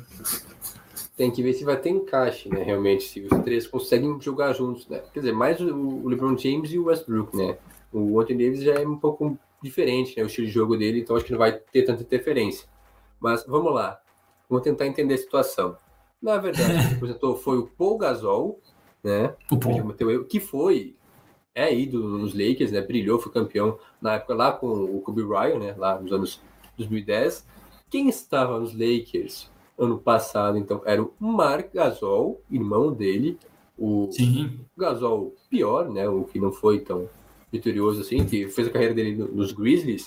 Tem que ver se vai ter encaixe, né? Realmente, se os três conseguem jogar juntos, né? Quer dizer, mais o, o LeBron James e o Westbrook, né? O Anthony Davis já é um pouco diferente, né? O estilo de jogo dele, então acho que não vai ter tanta interferência. Mas vamos lá, vamos tentar entender a situação. Na verdade, quem apresentou foi o Paul Gasol, né? O Paul. Que foi... é ídolo nos Lakers, né? Brilhou, foi campeão na época lá com o Kobe Bryant, né? Lá nos anos dois mil e dez. Quem estava nos Lakers ano passado, então, era o Marc Gasol, irmão dele, o Sim. Gasol pior, né? O que não foi tão vitorioso assim, que fez a carreira dele nos Grizzlies,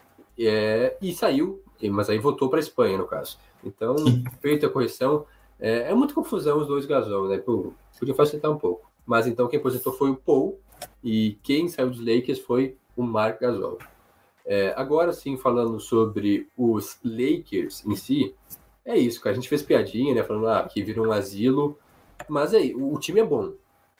é, e saiu, mas aí voltou para a Espanha, no caso. Então, feita a correção, é, é muita confusão os dois Gasol, né? Pô, podia facilitar um pouco. Mas então quem aposentou foi o Paul, e quem saiu dos Lakers foi o Marc Gasol. É, agora sim, falando sobre os Lakers em si, é isso, cara. A gente fez piadinha, né? Falando ah, que virou um asilo, mas aí, o, o time é bom.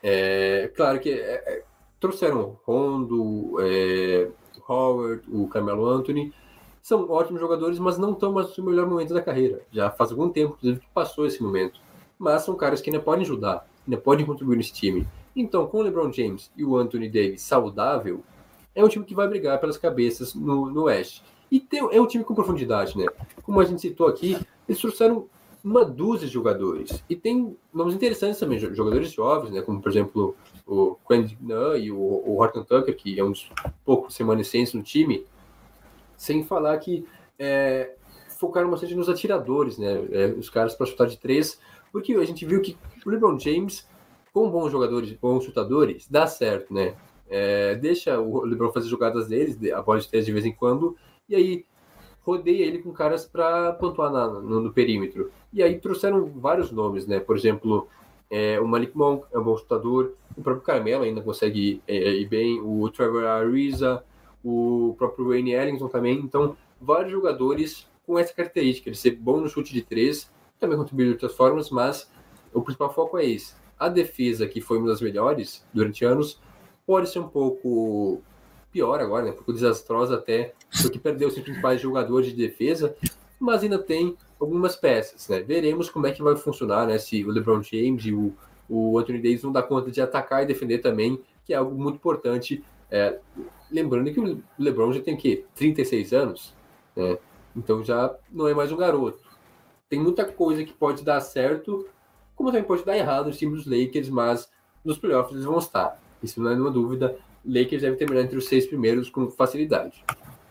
É claro que é, é, trouxeram o Rondo, é, o Howard, o Carmelo Anthony. São ótimos jogadores, mas não estão mais no melhor momento da carreira. Já faz algum tempo, inclusive, que passou esse momento. Mas são caras que ainda podem ajudar, ainda podem contribuir nesse time. Então, com o LeBron James e o Anthony Davis saudável, é um time que vai brigar pelas cabeças no, no Oeste. E tem, é um time com profundidade, né? Como a gente citou aqui, eles trouxeram uma dúzia de jogadores. E tem nomes interessantes também, jogadores jovens, né? Como, por exemplo, o Quentin Nunn e o, o Horton Tucker, que é um dos poucos remanescentes no time. Sem falar que é, focaram bastante nos atiradores, né? É, os caras para chutar de três, porque a gente viu que o LeBron James, com bons jogadores, bons chutadores, dá certo, né? É, deixa o LeBron fazer jogadas deles, a bola de três de vez em quando, e aí rodeia ele com caras para pontuar na, no, no perímetro. E aí trouxeram vários nomes, né? Por exemplo, é, o Malik Monk é um bom chutador, o próprio Carmelo ainda consegue é, ir bem, o Trevor Ariza, o próprio Wayne Ellington também. Então, vários jogadores com essa característica de ser bom no chute de três, também contribuir de outras formas, mas o principal foco é esse. A defesa, que foi uma das melhores durante anos, pode ser um pouco pior agora, né? Um pouco desastrosa até, porque perdeu seus principais jogadores de defesa, mas ainda tem algumas peças, né? Veremos como é que vai funcionar, né? Se o LeBron James e o, o Anthony Davis vão dar conta de atacar e defender também, que é algo muito importante. É, lembrando que o LeBron já tem o quê? trinta e seis anos, né? Então já não é mais um garoto. Tem muita coisa que pode dar certo, como também pode dar errado no time dos Lakers, mas nos playoffs eles vão estar. Isso não é nenhuma dúvida. Lakers deve terminar entre os seis primeiros com facilidade.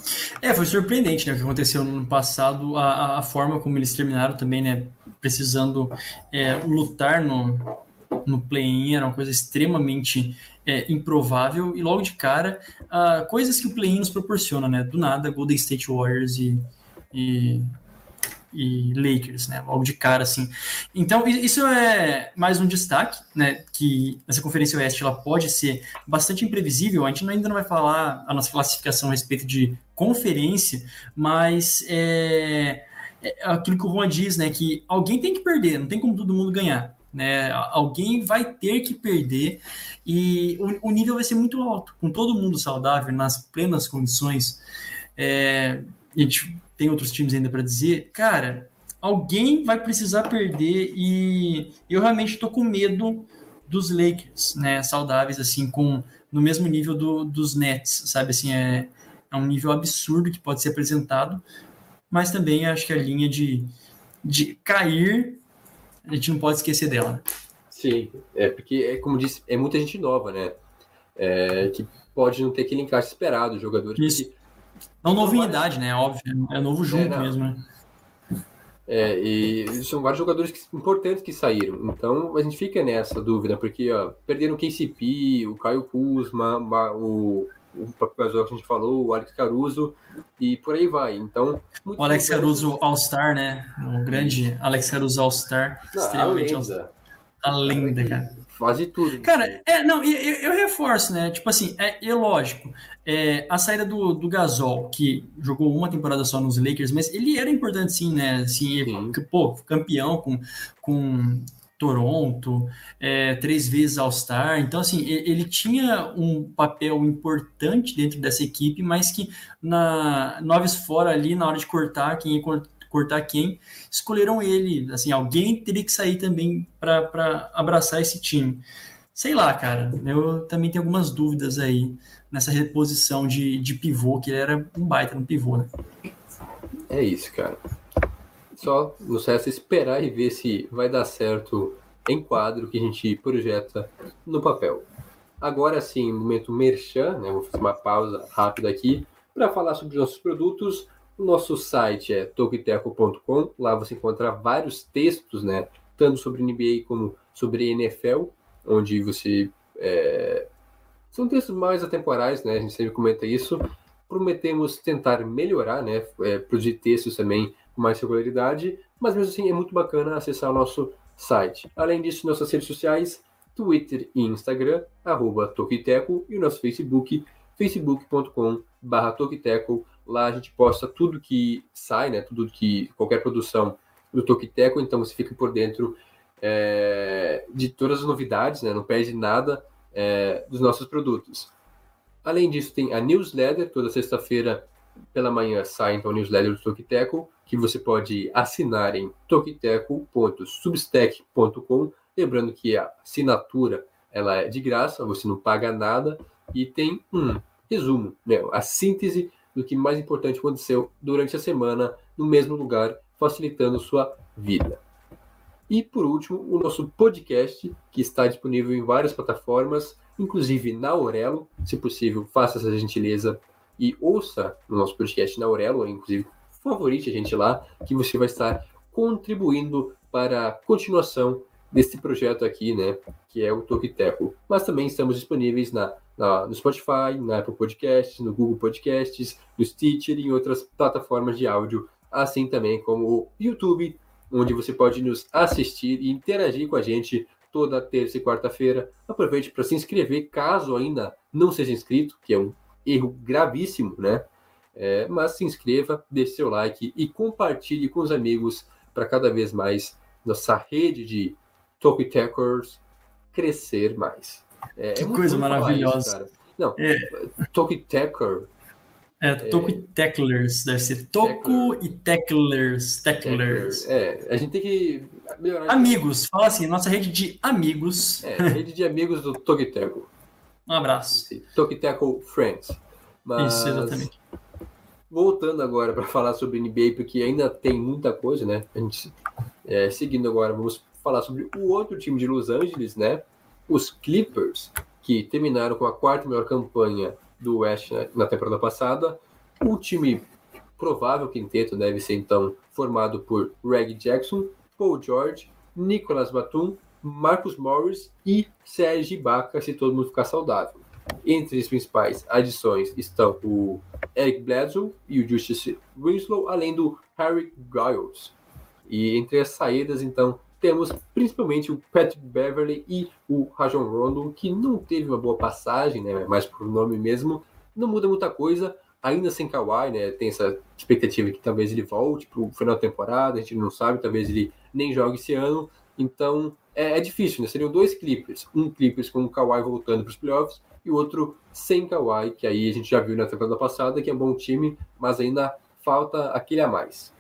É, foi surpreendente, né, o que aconteceu no ano passado, a, a forma como eles terminaram também, né, precisando é, lutar no, no play-in, era uma coisa extremamente é, improvável, e logo de cara, uh, coisas que o play-in nos proporciona, né, do nada, Golden State Warriors e, e, e Lakers, né, logo de cara, assim. Então, isso é mais um destaque, né, que essa Conferência Oeste, ela pode ser bastante imprevisível, a gente ainda não vai falar a nossa classificação a respeito de conferência, mas é, é aquilo que o Juan diz, né, que alguém tem que perder, não tem como todo mundo ganhar, né, alguém vai ter que perder e o, o nível vai ser muito alto, com todo mundo saudável, nas plenas condições. É, a gente tem outros times ainda para dizer, cara, alguém vai precisar perder e eu realmente tô com medo dos Lakers, né, saudáveis, assim, com, no mesmo nível do, dos Nets, sabe, assim, é É um nível absurdo que pode ser apresentado, mas também acho que a linha de, de cair, a gente não pode esquecer dela. Né? Sim, é porque, é, como disse, é muita gente nova, né? É, que pode não ter aquele encaixe esperado, os jogadores. Isso. Porque, não novo em idade, né? Óbvio, é novo junto é, mesmo, né? É, e são vários jogadores que, importantes que saíram. Então a gente fica nessa dúvida, porque ó, perderam o K C P, o Caio Kuzma, o. o papel que a gente falou, o Alex Caruso, e por aí vai. Então, o Alex Caruso All-Star, né? O grande Isso. Alex Caruso All-Star. Não, extremamente All-Star. A lenda, cara. Faz de tudo. Cara, é, não, eu, eu reforço, né? Tipo assim, é, é lógico. É, a saída do, do Gasol, que jogou uma temporada só nos Lakers, mas ele era importante sim, né? Assim, sim. Pô, campeão com. com Toronto, é, três vezes All-Star, então assim, ele tinha um papel importante dentro dessa equipe, mas que na noves fora ali, na hora de cortar, quem ia cortar quem, escolheram ele, assim, alguém teria que sair também para abraçar esse time. Sei lá, cara, eu também tenho algumas dúvidas aí nessa reposição de, de pivô, que ele era um baita no pivô, né? É isso, cara. Só nos resta esperar e ver se vai dar certo em quadro que a gente projeta no papel. Agora sim, momento merchan, né? Vou fazer uma pausa rápida aqui para falar sobre os nossos produtos. O nosso site é tocoiteco ponto com. Lá você encontra vários textos, né? Tanto sobre N B A como sobre N F L, onde você... É... São textos mais atemporais, né? A gente sempre comenta isso. Prometemos tentar melhorar, né? É, produzir textos também com mais regularidade, mas mesmo assim é muito bacana acessar o nosso site. Além disso, nossas redes sociais, Twitter e Instagram, arroba Tocoiteco, e o nosso Facebook, facebook ponto com barra Tocoiteco. Lá a gente posta tudo que sai, né, tudo que, qualquer produção do Tocoiteco, então você fica por dentro é, de todas as novidades, né, não perde nada é, dos nossos produtos. Além disso, tem a newsletter, toda sexta-feira pela manhã sai então o newsletter do Tocoiteco, que você pode assinar em tocoiteco ponto substack ponto com. Lembrando que a assinatura ela é de graça, você não paga nada, e tem um resumo, né, a síntese do que mais importante aconteceu durante a semana no mesmo lugar, facilitando sua vida. E por último, o nosso podcast, que está disponível em várias plataformas, inclusive na Aurelo. Se possível, faça essa gentileza e ouça o nosso podcast na Aurelo, inclusive favorite a gente lá, que você vai estar contribuindo para a continuação desse projeto aqui, né, que é o Tocoiteco. Mas também estamos disponíveis na, na, no Spotify, na Apple Podcasts, no Google Podcasts, no Stitcher e em outras plataformas de áudio, assim também como o YouTube, onde você pode nos assistir e interagir com a gente toda terça e quarta-feira. Aproveite para se inscrever, caso ainda não seja inscrito, que é um erro gravíssimo, né? É, mas se inscreva, deixe seu like e compartilhe com os amigos para cada vez mais nossa rede de Tocoitecers crescer mais. É, que é coisa maravilhosa. Isso, não, é. Tocoitecer. É, Tocoiteclers, deve ser Toco e Teclers. Teclers. É, a gente tem que melhorar. Amigos, fala assim, nossa rede de amigos. É, rede de amigos do Tocoiteco. Um abraço. Tocoiteco Friends. Mas, isso, exatamente. Voltando agora para falar sobre N B A, porque ainda tem muita coisa, né? A gente, é, seguindo agora, vamos falar sobre o outro time de Los Angeles, né? Os Clippers, que terminaram com a quarta melhor campanha do West na temporada passada, O time provável quinteto deve ser, então, formado por Reggie Jackson, Paul George, Nicolas Batum, Marcus Morris e Serge Ibaka, se todo mundo ficar saudável. Entre as principais adições estão o Eric Bledsoe e o Justice Winslow, além do Harry Giles. E entre as saídas, então, temos principalmente o Patrick Beverley e o Rajon Rondo, que não teve uma boa passagem, né, mas por nome mesmo, não muda muita coisa, ainda sem Kawhi, né, tem essa expectativa que talvez ele volte para o final da temporada, a gente não sabe, talvez ele nem jogue esse ano, então é, é difícil, né, seriam dois Clippers, um Clippers com o Kawhi voltando para os playoffs e o outro sem Kawhi, que aí a gente já viu na temporada passada, que é um bom time, mas ainda falta aquele a mais.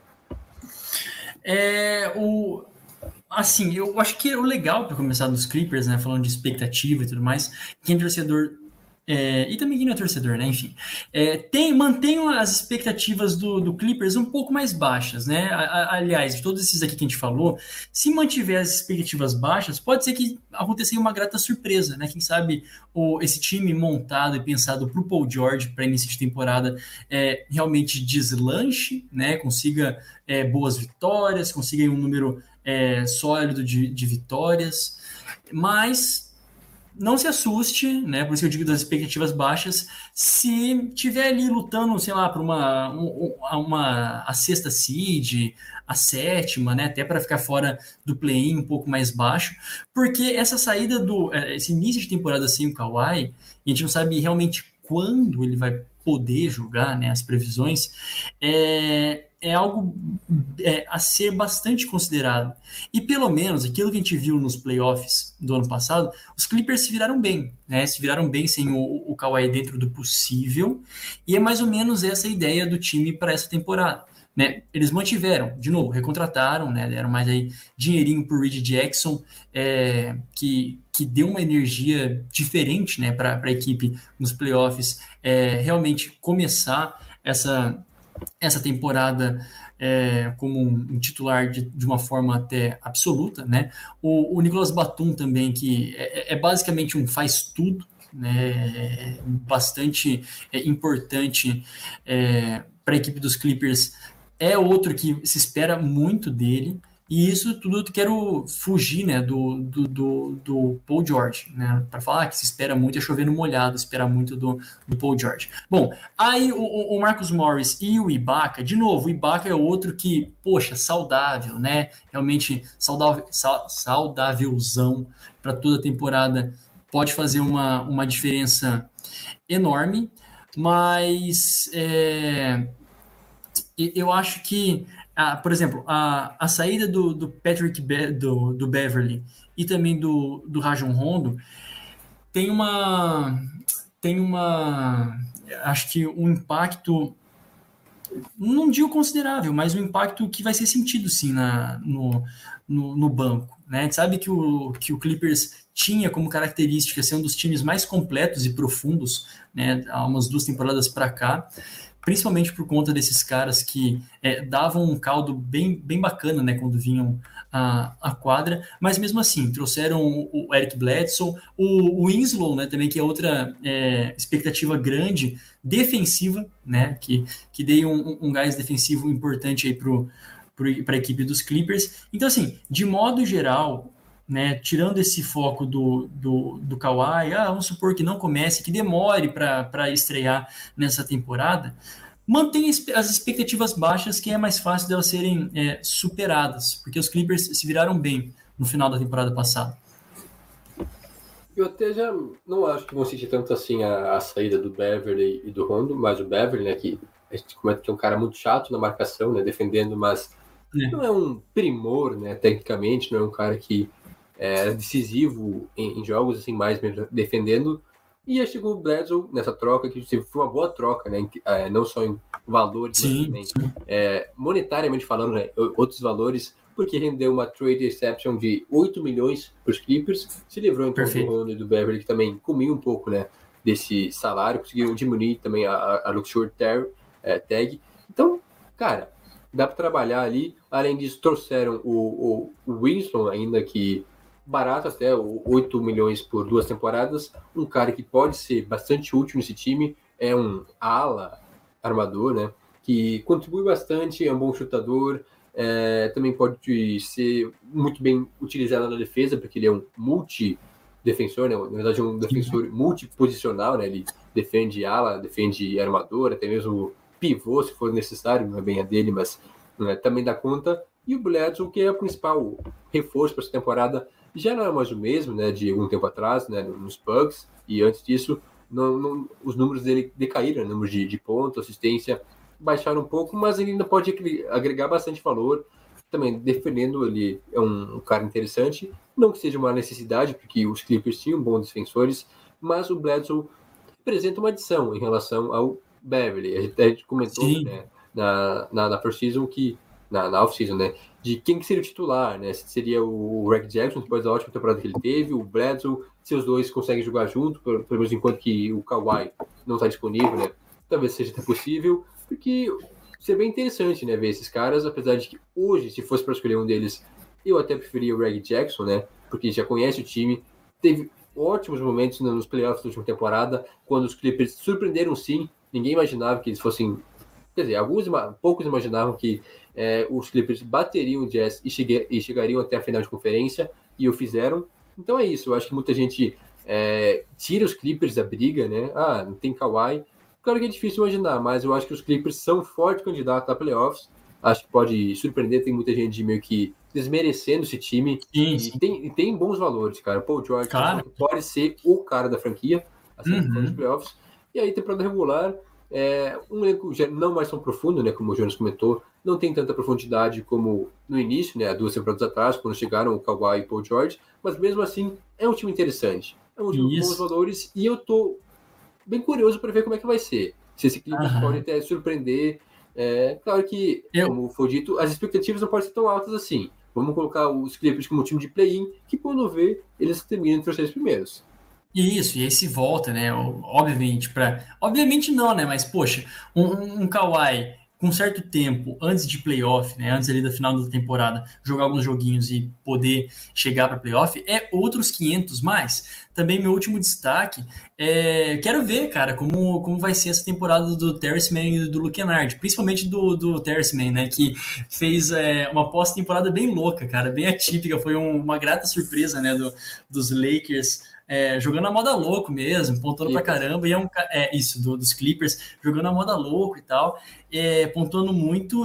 É, o... Assim, eu acho que o legal para começar dos Clippers, né, falando de expectativa e tudo mais, quem é torcedor, é, e também quem não é torcedor, né, enfim, é, tem, mantenham as expectativas do, do Clippers um pouco mais baixas, né, a, a, aliás, de todos esses aqui que a gente falou, se mantiver as expectativas baixas, pode ser que aconteça uma grata surpresa, né, quem sabe o, esse time montado e pensado para o Paul George para início de temporada é, realmente deslanche, né, consiga é, boas vitórias, consiga um número É, sólido de, de vitórias, mas não se assuste, né? Por isso que eu digo das expectativas baixas, se tiver ali lutando, sei lá, por uma, uma a sexta seed, a sétima, né? Até para ficar fora do play-in um pouco mais baixo, porque essa saída do esse início de temporada sem o Kawhi, a gente não sabe realmente quando ele vai poder jogar, né? As previsões é é algo é, a ser bastante considerado. E pelo menos aquilo que a gente viu nos playoffs do ano passado, os Clippers se viraram bem, né? Se viraram bem sem o, o Kawhi dentro do possível, e é mais ou menos essa a ideia do time para essa temporada. Né? Eles mantiveram, de novo, recontrataram, né? Deram mais aí dinheirinho para o Reggie Jackson, é, que, que deu uma energia diferente, né, para a equipe nos playoffs, é, realmente começar essa essa temporada é, como um, um titular de, de uma forma até absoluta, né? O, o Nicolas Batum também, que é, é basicamente um faz-tudo, né? Bastante é, importante é, para a equipe dos Clippers, é outro que se espera muito dele. E isso tudo eu quero fugir, né, do, do, do, do Paul George, né, para falar que se espera muito é chover no molhado, espera muito do, do Paul George. Bom, aí o, o Marcus Morris e o Ibaka, de novo, o Ibaka é outro que, poxa, saudável, né, realmente saudável, saudávelzão para toda a temporada, pode fazer uma, uma diferença enorme, mas é, eu acho que Ah, por exemplo, a, a saída do, do Patrick Be, do, do Beverley e também do, do Rajon Rondo tem uma tem uma acho que um impacto, não digo considerável, mas um impacto que vai ser sentido sim na, no, no, no banco, né? A gente sabe que o, que o Clippers tinha como característica ser um dos times mais completos e profundos, né, há umas duas temporadas para cá, principalmente por conta desses caras que é, davam um caldo bem, bem bacana, né, quando vinham à, à quadra, mas mesmo assim, trouxeram o, o Eric Bledsoe, o, o Winslow, né, também, que é outra é, expectativa grande, defensiva, né, que, que deu um, um gás defensivo importante aí para a equipe dos Clippers. Então, assim, de modo geral, né, tirando esse foco do, do, do Kawhi, ah, vamos supor que não comece, que demore para estrear nessa temporada, mantém as expectativas baixas, que é mais fácil delas serem é, superadas, porque os Clippers se viraram bem no final da temporada passada. Eu até já não acho que vão sentir tanto assim a, a saída do Beverley e do Rondo, mas o Beverley, né, que a gente comenta que é um cara muito chato na marcação, né, defendendo, mas é. não é um primor, né, tecnicamente, não é um cara que é decisivo em, em jogos assim, mais defendendo. E aí chegou o Bledsoe nessa troca, que foi uma boa troca, né? É, não só em valores, sim, mas também sim. É, monetariamente falando, né? Outros valores, porque rendeu uma trade exception de oito milhões para os Clippers, se livrou então Perfeito. do Rondo e do Beverley, que também comiam um pouco, né, desse salário, conseguiram diminuir também a, a luxury é, tag. Então, cara, dá para trabalhar ali. Além disso, trouxeram o, o, o Winslow ainda, que barato até, oito milhões por duas temporadas, um cara que pode ser bastante útil nesse time, é um ala armador, né? Que contribui bastante, é um bom chutador, é, também pode ser muito bem utilizado na defesa, porque ele é um multi-defensor, né? Na verdade, é um defensor multiposicional, né? Ele defende ala, defende armador, até mesmo pivô, se for necessário, não é bem a dele, mas né, também dá conta. E o Bledsoe, que é o principal reforço para essa temporada, já não é mais o mesmo, né? De algum tempo atrás, né? Nos Bucks, e antes disso, não, não, os números dele decaíram, números de, de ponto, assistência, baixaram um pouco, mas ele ainda pode agregar bastante valor. Também defendendo, ele é um, um cara interessante, não que seja uma necessidade, porque os Clippers tinham bons defensores, mas o Bledsoe representa uma adição em relação ao Beverley. A gente, a gente comentou né, na, na, na pre-season que na, na off-season, né, de quem que seria o titular, né, se seria o Reg Jackson, depois da ótima temporada que ele teve, o Bledsoe, se os dois conseguem jogar junto, pelo menos enquanto que o Kawhi não está disponível, né, talvez seja até possível, porque seria bem interessante, né, ver esses caras, apesar de que hoje, se fosse para escolher um deles, eu até preferia o Reg Jackson, né, porque já conhece o time, teve ótimos momentos nos playoffs da última temporada, quando os Clippers surpreenderam sim, ninguém imaginava que eles fossem, quer dizer, alguns, poucos imaginavam que é, os Clippers bateriam o Jazz e, chegue, e chegariam até a final de conferência, e o fizeram. Então é isso, eu acho que muita gente é, tira os Clippers da briga, né? Ah, não tem Kawhi. Claro que é difícil imaginar, mas eu acho que os Clippers são fortes candidatos a playoffs. Acho que pode surpreender, tem muita gente meio que desmerecendo esse time. Sim, e, sim. Tem, e tem bons valores, cara. Paul George Claro. pode ser o cara da franquia, assim, Uhum. nos playoffs. E aí, temporada regular, é, um elenco já não mais tão profundo, né, como o Jonas comentou, não tem tanta profundidade como no início, né, há duas temporadas atrás, quando chegaram o Kawhi e o Paul George, mas mesmo assim, é um time interessante. É um time com bons valores e eu tô bem curioso para ver como é que vai ser. Se esse Clippers Uhum. pode até surpreender. É, claro que, Eu... como foi dito, as expectativas não podem ser tão altas assim. Vamos colocar os Clippers como um time de play-in, que quando vê, eles terminam entre os seis primeiros. Isso, e aí se volta, né? Obviamente, para. Obviamente não, né? Mas, poxa, um, um Kawhi com certo tempo antes de playoff, né? Antes ali da final da temporada, jogar alguns joguinhos e poder chegar para playoff é outros quinhentos mais. Também meu último destaque é. Quero ver, cara, como, como vai ser essa temporada do Terrence Mann e do Luke Kennard, principalmente do, do Terrence Mann, né? Que fez é, uma pós-temporada bem louca, cara, bem atípica. Foi um, uma grata surpresa, né? Do, dos Lakers. É, jogando a moda louco mesmo, pontuando Clippers. Pra caramba, e é um é, isso, do, dos Clippers, jogando a moda louco e tal, é, pontuando muito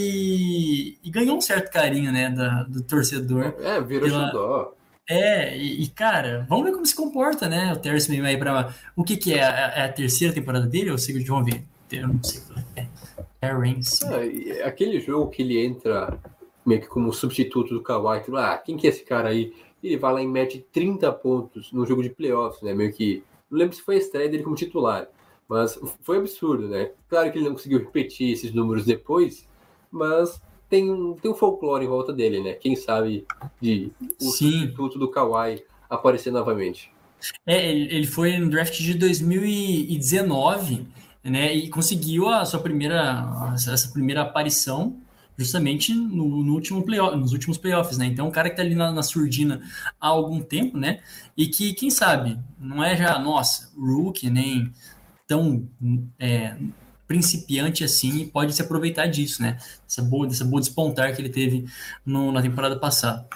e, e ganhou um certo carinho, né, da, do torcedor. É, virou pela... xodó. É, e, e cara, vamos ver como se comporta, né, o Terrence Mann aí pra... O que que é? É a terceira temporada dele ou o segundo? Vamos ver. Eu não sei. É, Terrence. Ah, aquele jogo que ele entra meio que como substituto do Kawhi, tipo, ah, quem que é esse cara aí? Ele vai lá e mete trinta pontos no jogo de playoffs, né? Meio que. Não lembro se foi a estreia dele como titular, mas foi absurdo, né? Claro que ele não conseguiu repetir esses números depois, mas tem um, tem um folclore em volta dele, né? Quem sabe de o Sim. substituto do Kawhi aparecer novamente. É, ele foi no draft de dois mil e dezenove, né? E conseguiu a sua primeira, essa primeira aparição justamente no, no último playoff, nos últimos playoffs, né? Então, um cara que tá ali na, na surdina há algum tempo, né? E que, quem sabe, não é já, nossa, rookie, nem tão é, principiante assim, e pode se aproveitar disso, né? Dessa boa, dessa boa despontar que ele teve no, na temporada passada.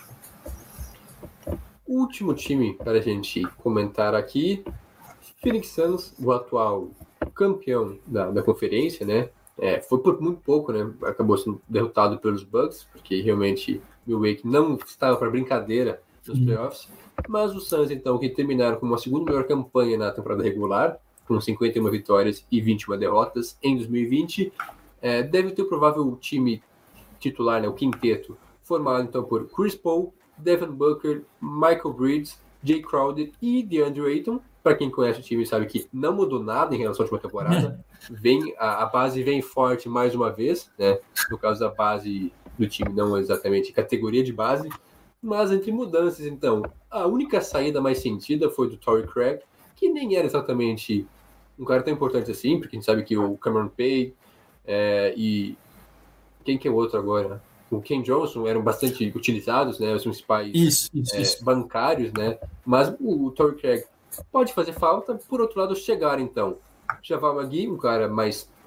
O último time para a gente comentar aqui, Phoenix Suns, o atual campeão da, da conferência, né? É, foi por muito pouco, né? Acabou sendo derrotado pelos Bucks, porque realmente o Milwaukee não estava para brincadeira nos playoffs. Mas os Suns, então, que terminaram com uma segunda melhor campanha na temporada regular, com cinquenta e uma vitórias e vinte e uma derrotas em dois mil e vinte, é, deve ter o provável time titular, né? O quinteto, formado então por Chris Paul, Devin Booker, Michael Bridges, Jay Crowder e DeAndre Ayton. Para quem conhece o time sabe que não mudou nada em relação à última temporada. Vem, a, a base vem forte mais uma vez, né? No caso da base do time, não exatamente categoria de base, mas entre mudanças, então, a única saída mais sentida foi do Torrey Craig, que nem era exatamente um cara tão importante assim, porque a gente sabe que o Cameron Payne é, e quem que é o outro agora? O Ken Johnson eram bastante utilizados, né? Os principais isso, isso, é, isso. bancários, né? Mas o, o Torrey Craig pode fazer falta. Por outro lado, chegar então Javal McGee, um cara mais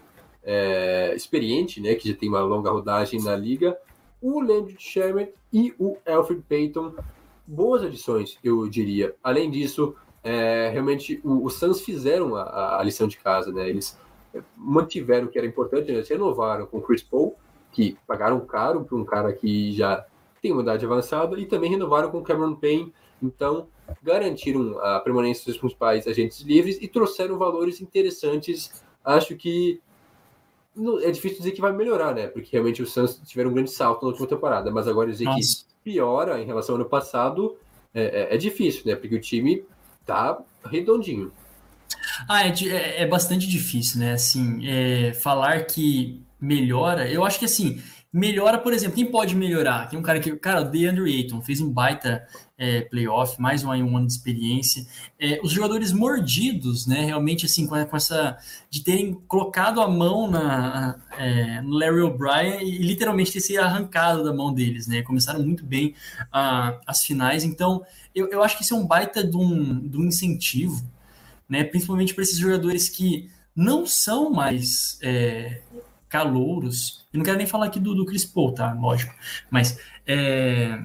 é, experiente, né, que já tem uma longa rodagem na liga, o Landry Shamet e o Elfrid Payton, boas adições, eu diria. Além disso, é, realmente o, o Suns fizeram a, a lição de casa, né? Eles mantiveram o que era importante, né? Eles renovaram com o Chris Paul, que pagaram caro para um cara que já tem uma idade avançada, e também renovaram com o Cameron Payne. Então, garantiram a permanência dos principais agentes livres e trouxeram valores interessantes. Acho que é difícil dizer que vai melhorar, né? Porque realmente os Suns tiveram um grande salto na última temporada, mas agora dizer Nossa. que piora em relação ao ano passado é, é, é difícil, né? Porque o time tá redondinho. Ah, é, é bastante difícil, né? Assim, é, falar que melhora, eu acho que assim, melhora, por exemplo, quem pode melhorar? Tem um cara que, cara, o DeAndre Ayton fez um baita é, playoff, mais um, um ano de experiência. É, os jogadores mordidos, né? Realmente, assim, com, com essa de terem colocado a mão na, é, no Larry O'Brien e literalmente ter sido arrancado da mão deles, né? Começaram muito bem uh, as finais, então eu, eu acho que isso é um baita de um, de um incentivo, né, principalmente para esses jogadores que não são mais é, calouros. Eu não quero nem falar aqui do, do Chris Paul, tá? Lógico. Mas é,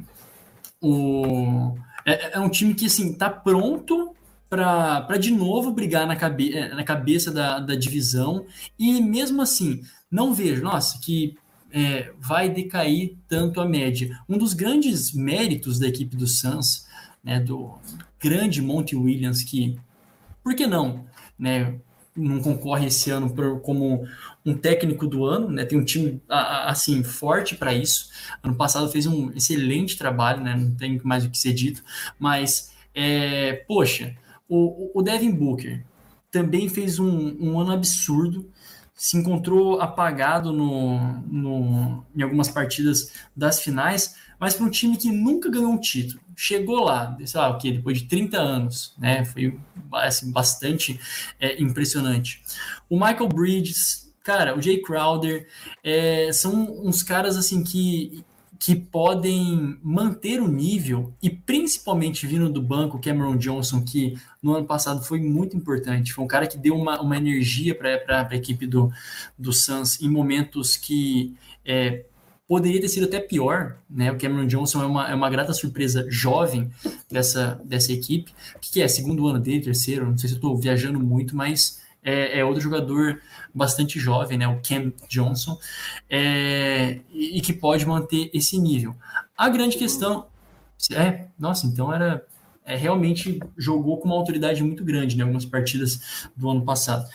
o, é, é um time que assim, tá pronto para de novo brigar na, cabe, na cabeça da, da divisão, e mesmo assim, não vejo, nossa, que é, vai decair tanto a média. Um dos grandes méritos da equipe do Suns, né, do, do grande Monty Williams, que por que não, né? Não concorre esse ano por, como um técnico do ano, né? Tem um time assim forte para isso. Ano passado fez um excelente trabalho, né? Não tem mais o que ser dito, mas é, poxa, o, o Devin Booker também fez um, um ano absurdo. Se encontrou apagado no, no, em algumas partidas das finais, mas para um time que nunca ganhou um título. Chegou lá, sei lá, o quê? Depois de trinta anos, né? Foi assim, bastante é, impressionante. O Michael Bridges, cara, o Jay Crowder, é, são uns caras assim que, que podem manter o nível, e principalmente vindo do banco, Cameron Johnson, que no ano passado foi muito importante, foi um cara que deu uma, uma energia para a equipe do, do Suns em momentos que é, poderia ter sido até pior, né? O Cameron Johnson é uma, é uma grata surpresa jovem dessa, dessa equipe. O que, que é? Segundo ano dele, terceiro? Não sei se eu estou viajando muito, mas é, é outro jogador bastante jovem, né? O Cam Johnson, é, e, e que pode manter esse nível. A grande questão... É, nossa, então era... É, realmente jogou com uma autoridade muito grande, né? Algumas partidas do ano passado.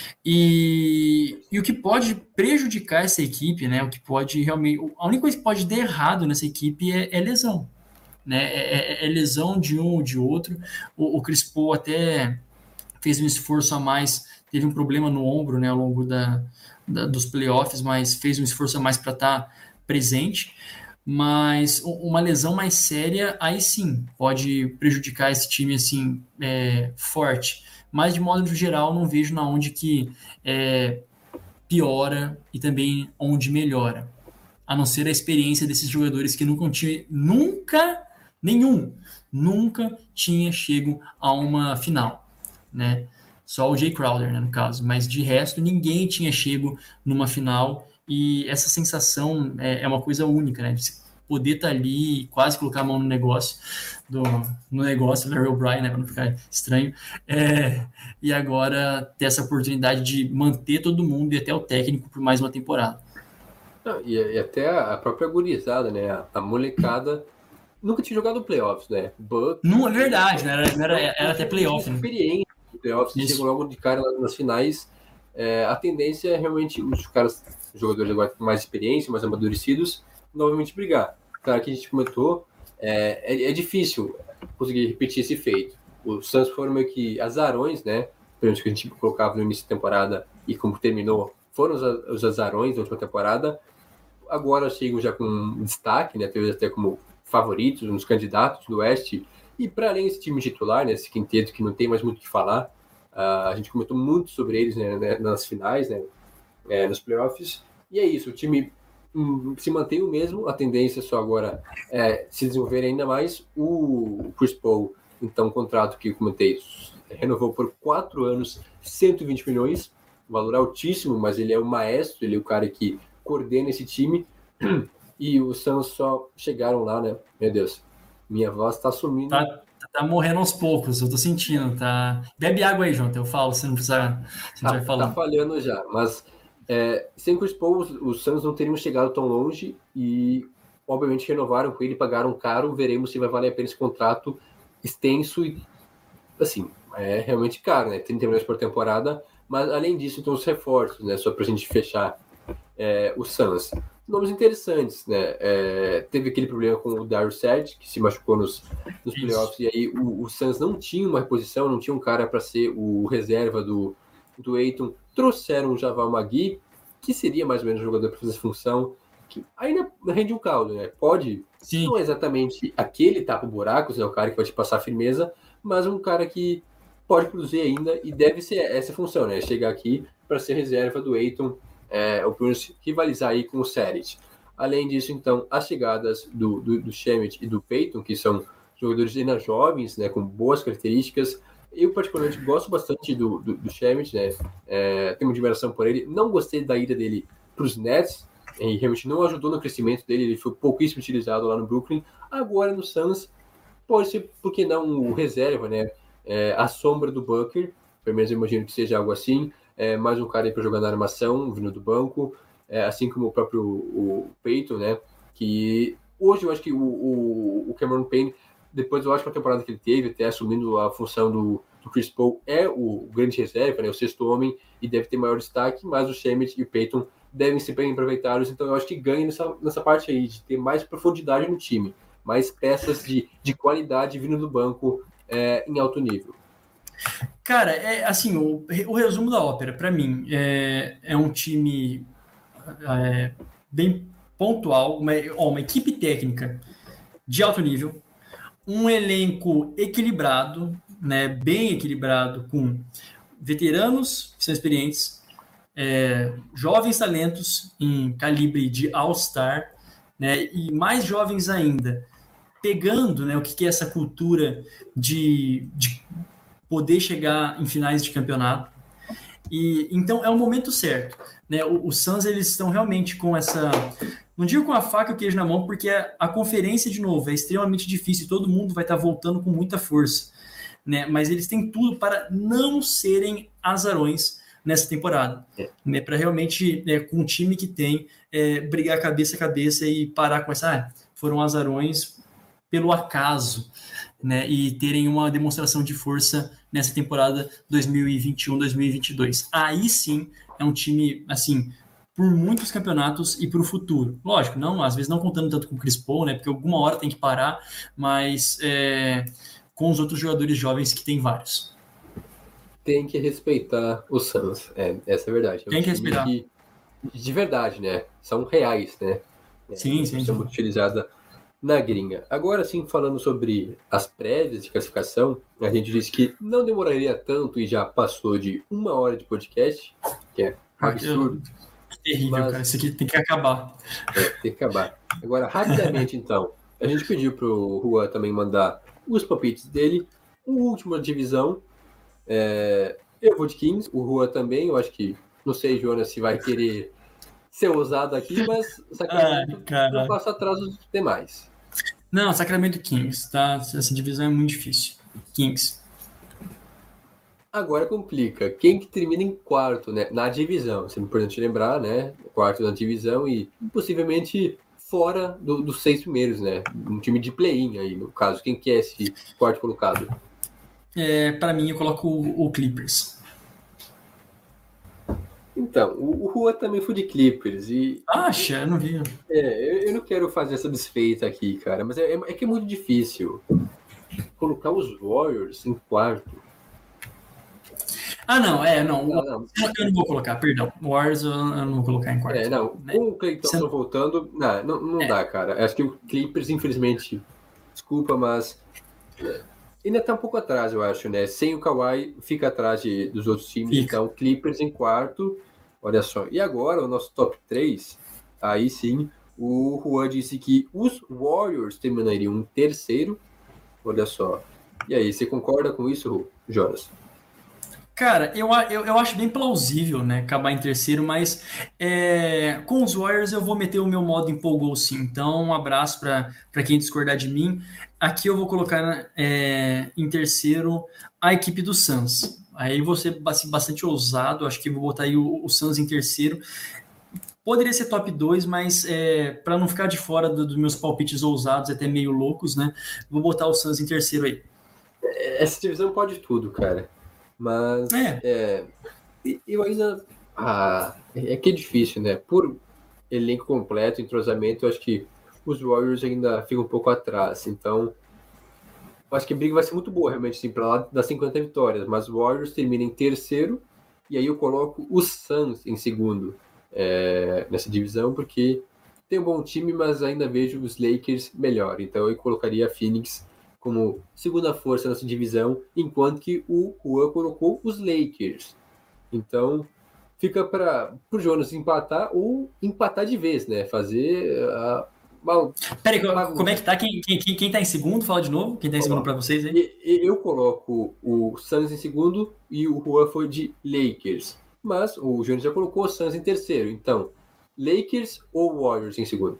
E, e o que pode prejudicar essa equipe, né? O que pode realmente... A única coisa que pode dar errado nessa equipe é, é lesão, né? É, é, é lesão de um ou de outro. O, o Chris Paul até fez um esforço a mais, teve um problema no ombro, né? Ao longo da, da, dos playoffs, mas fez um esforço a mais para estar presente. Mas uma lesão mais séria, aí sim, pode prejudicar esse time assim, é, forte. Mas, de modo geral, não vejo na onde que é, piora e também onde melhora. A não ser a experiência desses jogadores que nunca tinham, nunca, nenhum, nunca tinha chego a uma final, né? Só o Jay Crowder, né, no caso. Mas, de resto, ninguém tinha chego numa final. E essa sensação é, é uma coisa única, né? De poder estar ali e quase colocar a mão no negócio, do, no negócio do Larry O'Brien, né? Para não ficar estranho. É, e agora ter essa oportunidade de manter todo mundo e até o técnico por mais uma temporada. Não, e, e até a própria gurizada, né? A, a molecada nunca tinha jogado playoffs, né? Buck, não é verdade, né? Era, era, era até playoff. Né? Experiência de playoffs, chegam logo de cara nas finais. É, a tendência é realmente os caras, os jogadores agora com mais experiência, mais amadurecidos, novamente brigar. Claro que a gente comentou, é, é, é difícil conseguir repetir esse feito. Os Suns foram meio que azarões, né? Pelo que a gente colocava no início da temporada e como terminou, foram os, os azarões da última temporada. Agora chegam já com destaque, né? Talvez até como favoritos, uns candidatos do Oeste. E para além desse time titular, né? Esse quinteto que não tem mais muito o que falar, uh, a gente comentou muito sobre eles, né, nas finais, né? É, nos playoffs. E é isso, o time hum, se mantém o mesmo, a tendência só agora é se desenvolver ainda mais. O Chris Paul, então, um contrato que eu comentei, renovou por quatro anos, cento e vinte milhões. valor altíssimo, mas ele é o maestro, ele é o cara que coordena esse time. E os Suns só chegaram lá, né? Meu Deus, minha voz tá sumindo. Tá, tá morrendo aos poucos, eu tô sentindo, tá? Bebe água aí, Jonathan, eu falo, você não precisa, você Tá, vai falando. tá falhando já, mas é, sem Chris Paul, os, os Suns não teriam chegado tão longe e, obviamente, renovaram com ele, pagaram caro. Veremos se vai valer a pena esse contrato extenso e, assim, é realmente caro, né? trinta milhões por temporada, mas além disso, tem os reforços, né? Só pra gente fechar é, os Suns. Nomes interessantes, né? É, teve aquele problema com o Dario Saric, que se machucou nos, nos playoffs, e aí o, o Suns não tinha uma reposição, não tinha um cara para ser o reserva do, do Ayton. Trouxeram o Javal Magui, que seria mais ou menos o jogador para fazer essa função, que ainda rende um caldo, né? Pode, Sim. não é exatamente aquele tapa-buracos, né? O cara que vai te passar firmeza, mas um cara que pode produzir ainda e deve ser essa função, né? Chegar aqui para ser reserva do Ayton, É, ou pelo menos rivalizar aí com o Saric. Além disso, então, as chegadas do, do, do Shamet e do Payton, que são jogadores ainda jovens, né, com boas características. Eu, particularmente, gosto bastante do, do, do Shamet, né, é, tenho uma admiração por ele. Não gostei da ida dele para os Nets, e realmente não ajudou no crescimento dele, ele foi pouquíssimo utilizado lá no Brooklyn. Agora, no Suns, pode ser, por que não, o reserva, né, é, a sombra do Booker, pelo menos eu imagino que seja algo assim. É, mais um cara aí para jogar na armação, vindo do banco, é, assim como o próprio o Payton, né? Que hoje eu acho que o, o, o Cameron Payne, depois da ótima temporada que ele teve, até assumindo a função do, do Chris Paul, é o, o grande reserva, né? O sexto homem, e deve ter maior destaque, mas o Shamet e o Payton devem ser bem aproveitados, então eu acho que ganha nessa, nessa parte aí, de ter mais profundidade no time, mais peças de, de qualidade vindo do banco é, em alto nível. Cara, é assim, o, o resumo da ópera, para mim, é, é um time é, bem pontual, uma, ó, uma equipe técnica de alto nível, um elenco equilibrado, né, bem equilibrado, com veteranos que são experientes, é, jovens talentos em calibre de All-Star, né, e mais jovens ainda, pegando, né, o que é essa cultura de, de poder chegar em finais de campeonato. E então é o momento certo, né? O, o Suns, eles estão realmente com essa, não digo com a faca e o queijo na mão, porque a, a conferência, de novo, é extremamente difícil, todo mundo vai estar voltando com muita força, né? Mas eles têm tudo para não serem azarões nessa temporada, é. né? Para realmente, é, com um time que tem, é, brigar cabeça a cabeça e parar com essa, ah, foram azarões pelo acaso, né, e terem uma demonstração de força nessa temporada dois mil e vinte e um, dois mil e vinte e dois. Aí sim é um time, assim, por muitos campeonatos e para o futuro. Lógico, não, às vezes não contando tanto com o Chris Paul, né, porque alguma hora tem que parar, mas é, com os outros jogadores jovens que tem vários. Tem que respeitar o Suns, é, essa é a verdade. É um tem que respeitar. Que, de verdade, né, são reais, né. É, sim, sim. São muito utilizadas na gringa. Agora sim, falando sobre as prévias de classificação, a gente disse que não demoraria tanto e já passou de uma hora de podcast, que é absurdo. Terrível, mas, cara. Isso aqui tem que acabar. É, tem que acabar. Agora, rapidamente, então, a gente pediu pro Juan também mandar os palpites dele. O último da divisão, é, eu vou de Kings, o Juan também, eu acho que, não sei, Jonas, se vai querer ser ousado aqui, mas Sacramento não passa atrás dos demais. Não, Sacramento Kings, tá? Essa divisão é muito difícil. Kings. Agora complica. Quem que termina em quarto, né? Na divisão. Sempre importante lembrar, né? Quarto na divisão e possivelmente fora do, dos seis primeiros, né? Um time de play-in aí, no caso. Quem que é esse quarto colocado? É, para mim, eu coloco o, o Clippers. Então, o, o Juan também foi de Clippers e... Acha? Eu não vi. É, eu, eu não quero fazer essa desfeita aqui, cara, mas é, é que é muito difícil colocar os Warriors em quarto. Ah, não, é, não. não, não. Eu não vou colocar, perdão. Warriors eu, eu não vou colocar em quarto. É, não, né? com o Klay Thompson voltando, não, não, não é. dá, cara. Acho que o Clippers, infelizmente, desculpa, mas ainda tá um pouco atrás, eu acho, né? Sem o Kawhi, fica atrás de, dos outros times. Fica. Então, Clippers em quarto, olha só. E agora, o nosso top três, aí sim, o Juan disse que os Warriors terminariam em terceiro, olha só. E aí, você concorda com isso, Jonas? Cara, eu, eu, eu acho bem plausível, né, acabar em terceiro, mas é, com os Warriors eu vou meter o meu modo empolgou sim. Então, um abraço para quem discordar de mim. Aqui eu vou colocar é, em terceiro a equipe do Suns. Aí vou ser bastante ousado, acho que vou botar aí o, o Suns em terceiro. Poderia ser top dois, mas é, para não ficar de fora do, dos meus palpites ousados, até meio loucos, né, vou botar o Suns em terceiro aí. Essa divisão pode tudo, cara. Mas É. É, eu ainda... Ah, é que é difícil, né? Por elenco completo, entrosamento, eu acho que os Warriors ainda ficam um pouco atrás. Então, eu acho que a briga vai ser muito boa, realmente, assim, para lá das cinquenta vitórias. Mas os Warriors terminam em terceiro, e aí eu coloco os Suns em segundo é, nessa divisão, porque tem um bom time, mas ainda vejo os Lakers melhor. Então, eu colocaria a Phoenix como segunda força nessa divisão, enquanto que o Juan colocou os Lakers. Então, fica para o Jonas empatar ou empatar de vez, né? Fazer... Uh, uma, Peraí, uma... como é que tá? Quem, quem, quem tá em segundo? Fala de novo. Quem tá em segundo para vocês aí? Eu coloco o Suns em segundo e o Juan foi de Lakers. Mas o Jonas já colocou o Suns em terceiro. Então, Lakers ou Warriors em segundo?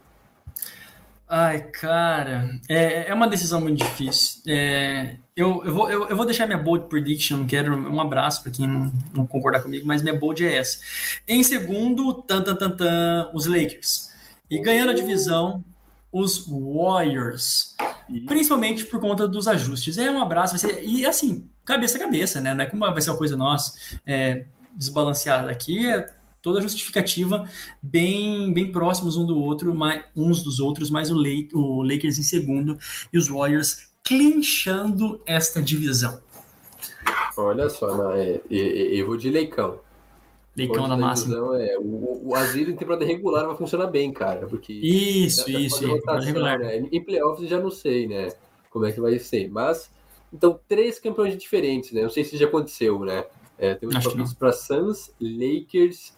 Ai, cara, é, é uma decisão muito difícil. É, eu, eu, vou, eu, eu vou deixar minha bold prediction, quero um abraço para quem não, não concordar comigo, mas minha bold é essa. Em segundo, tan, tan, tan, tan, os Lakers. E ganhando a divisão, os Warriors. Principalmente por conta dos ajustes. É um abraço, vai ser, e assim, cabeça a cabeça, né? Não é como vai ser uma coisa nossa é, desbalanceada. Aqui é toda a justificativa bem, bem próximos um do outro, mas, uns dos outros, mas o, Lake, o Lakers em segundo e os Warriors clinchando esta divisão. Olha só, não, é, eu, eu vou de Leicão. Leicão na máxima. É, o, o asilo em temporada regular vai funcionar bem, cara, porque... Isso, já, isso. Rotação, né? Em playoffs já não sei, né, como é que vai ser, mas... Então, três campeões diferentes, né, não sei se já aconteceu, né. É, temos palpites para Suns, Lakers...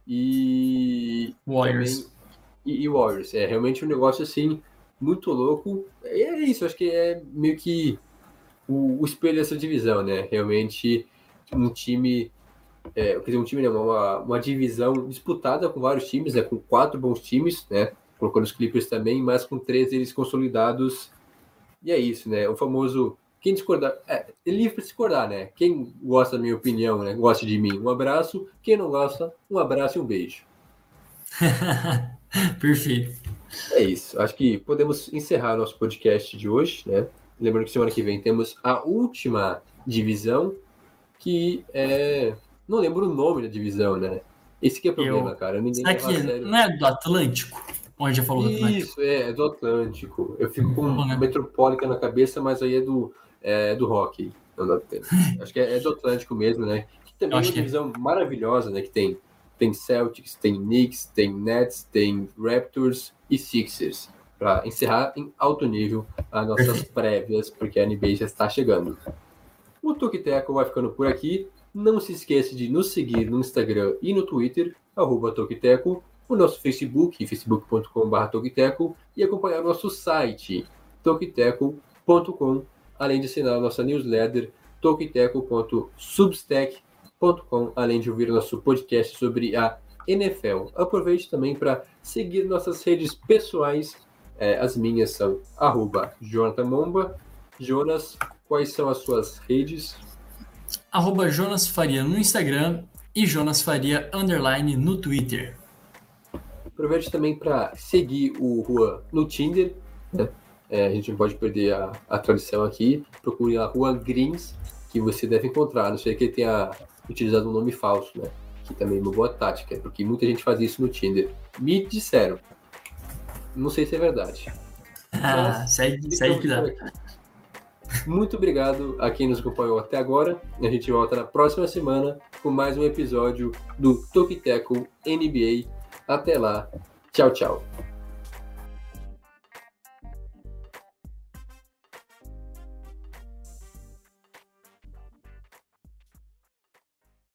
E Warriors. Também, e, e Warriors. É realmente um negócio assim muito louco. E é isso, acho que é meio que o, o espelho dessa divisão, né? Realmente um time, é, quer dizer, um time, né? uma, uma divisão disputada com vários times, né? Com quatro bons times, né? Colocando os Clippers também, mas com três eles consolidados. E é isso, né? O famoso... Quem discordar, é, é livre para discordar, né? Quem gosta da minha opinião, né? Gosta de mim, um abraço. Quem não gosta, um abraço e um beijo. Perfeito. É isso. Acho que podemos encerrar nosso podcast de hoje, né? Lembrando que semana que vem temos a última divisão, que é... Não lembro o nome da divisão, né? Esse que é o problema, Eu... cara. Ninguém Será que sério. Não é do Atlântico? Onde já falou do Atlântico? Isso, é, é do Atlântico. Eu fico com uhum, né? Metropolitan na cabeça, mas aí é do... É do hockey. Não dá tempo. Acho que é, é do Atlântico mesmo, né? Que também é uma divisão é. maravilhosa, né? Que tem, tem Celtics, tem Knicks, tem Nets, tem Raptors e Sixers. Para encerrar em alto nível as nossas prévias, porque a N B A já está chegando. O Toquiteco vai ficando por aqui. Não se esqueça de nos seguir no Instagram e no Twitter, arroba Toquiteco, o nosso Facebook, facebook ponto com barra Toquiteco, e acompanhar o nosso site, toquiteco ponto com. Além de assinar a nossa newsletter, toquiteco ponto substack ponto com, além de ouvir o nosso podcast sobre a N F L. Aproveite também para seguir nossas redes pessoais. É, as minhas são arroba Jonathan Momba. Jonas, quais são as suas redes? Arroba Jonas Faria no Instagram e Jonas Faria underline no Twitter. Aproveite também para seguir o Juan no Tinder, né? É, a gente não pode perder a, a tradição aqui. Procure a Juan Greens, que você deve encontrar. Não sei que ele tenha utilizado um nome falso, né? Que também é uma boa tática, porque muita gente faz isso no Tinder. Me disseram. Não sei se é verdade. Ah, segue, segue que dá. Muito obrigado a quem nos acompanhou até agora. A gente volta na próxima semana com mais um episódio do Toquiteco N B A. Até lá. Tchau, tchau.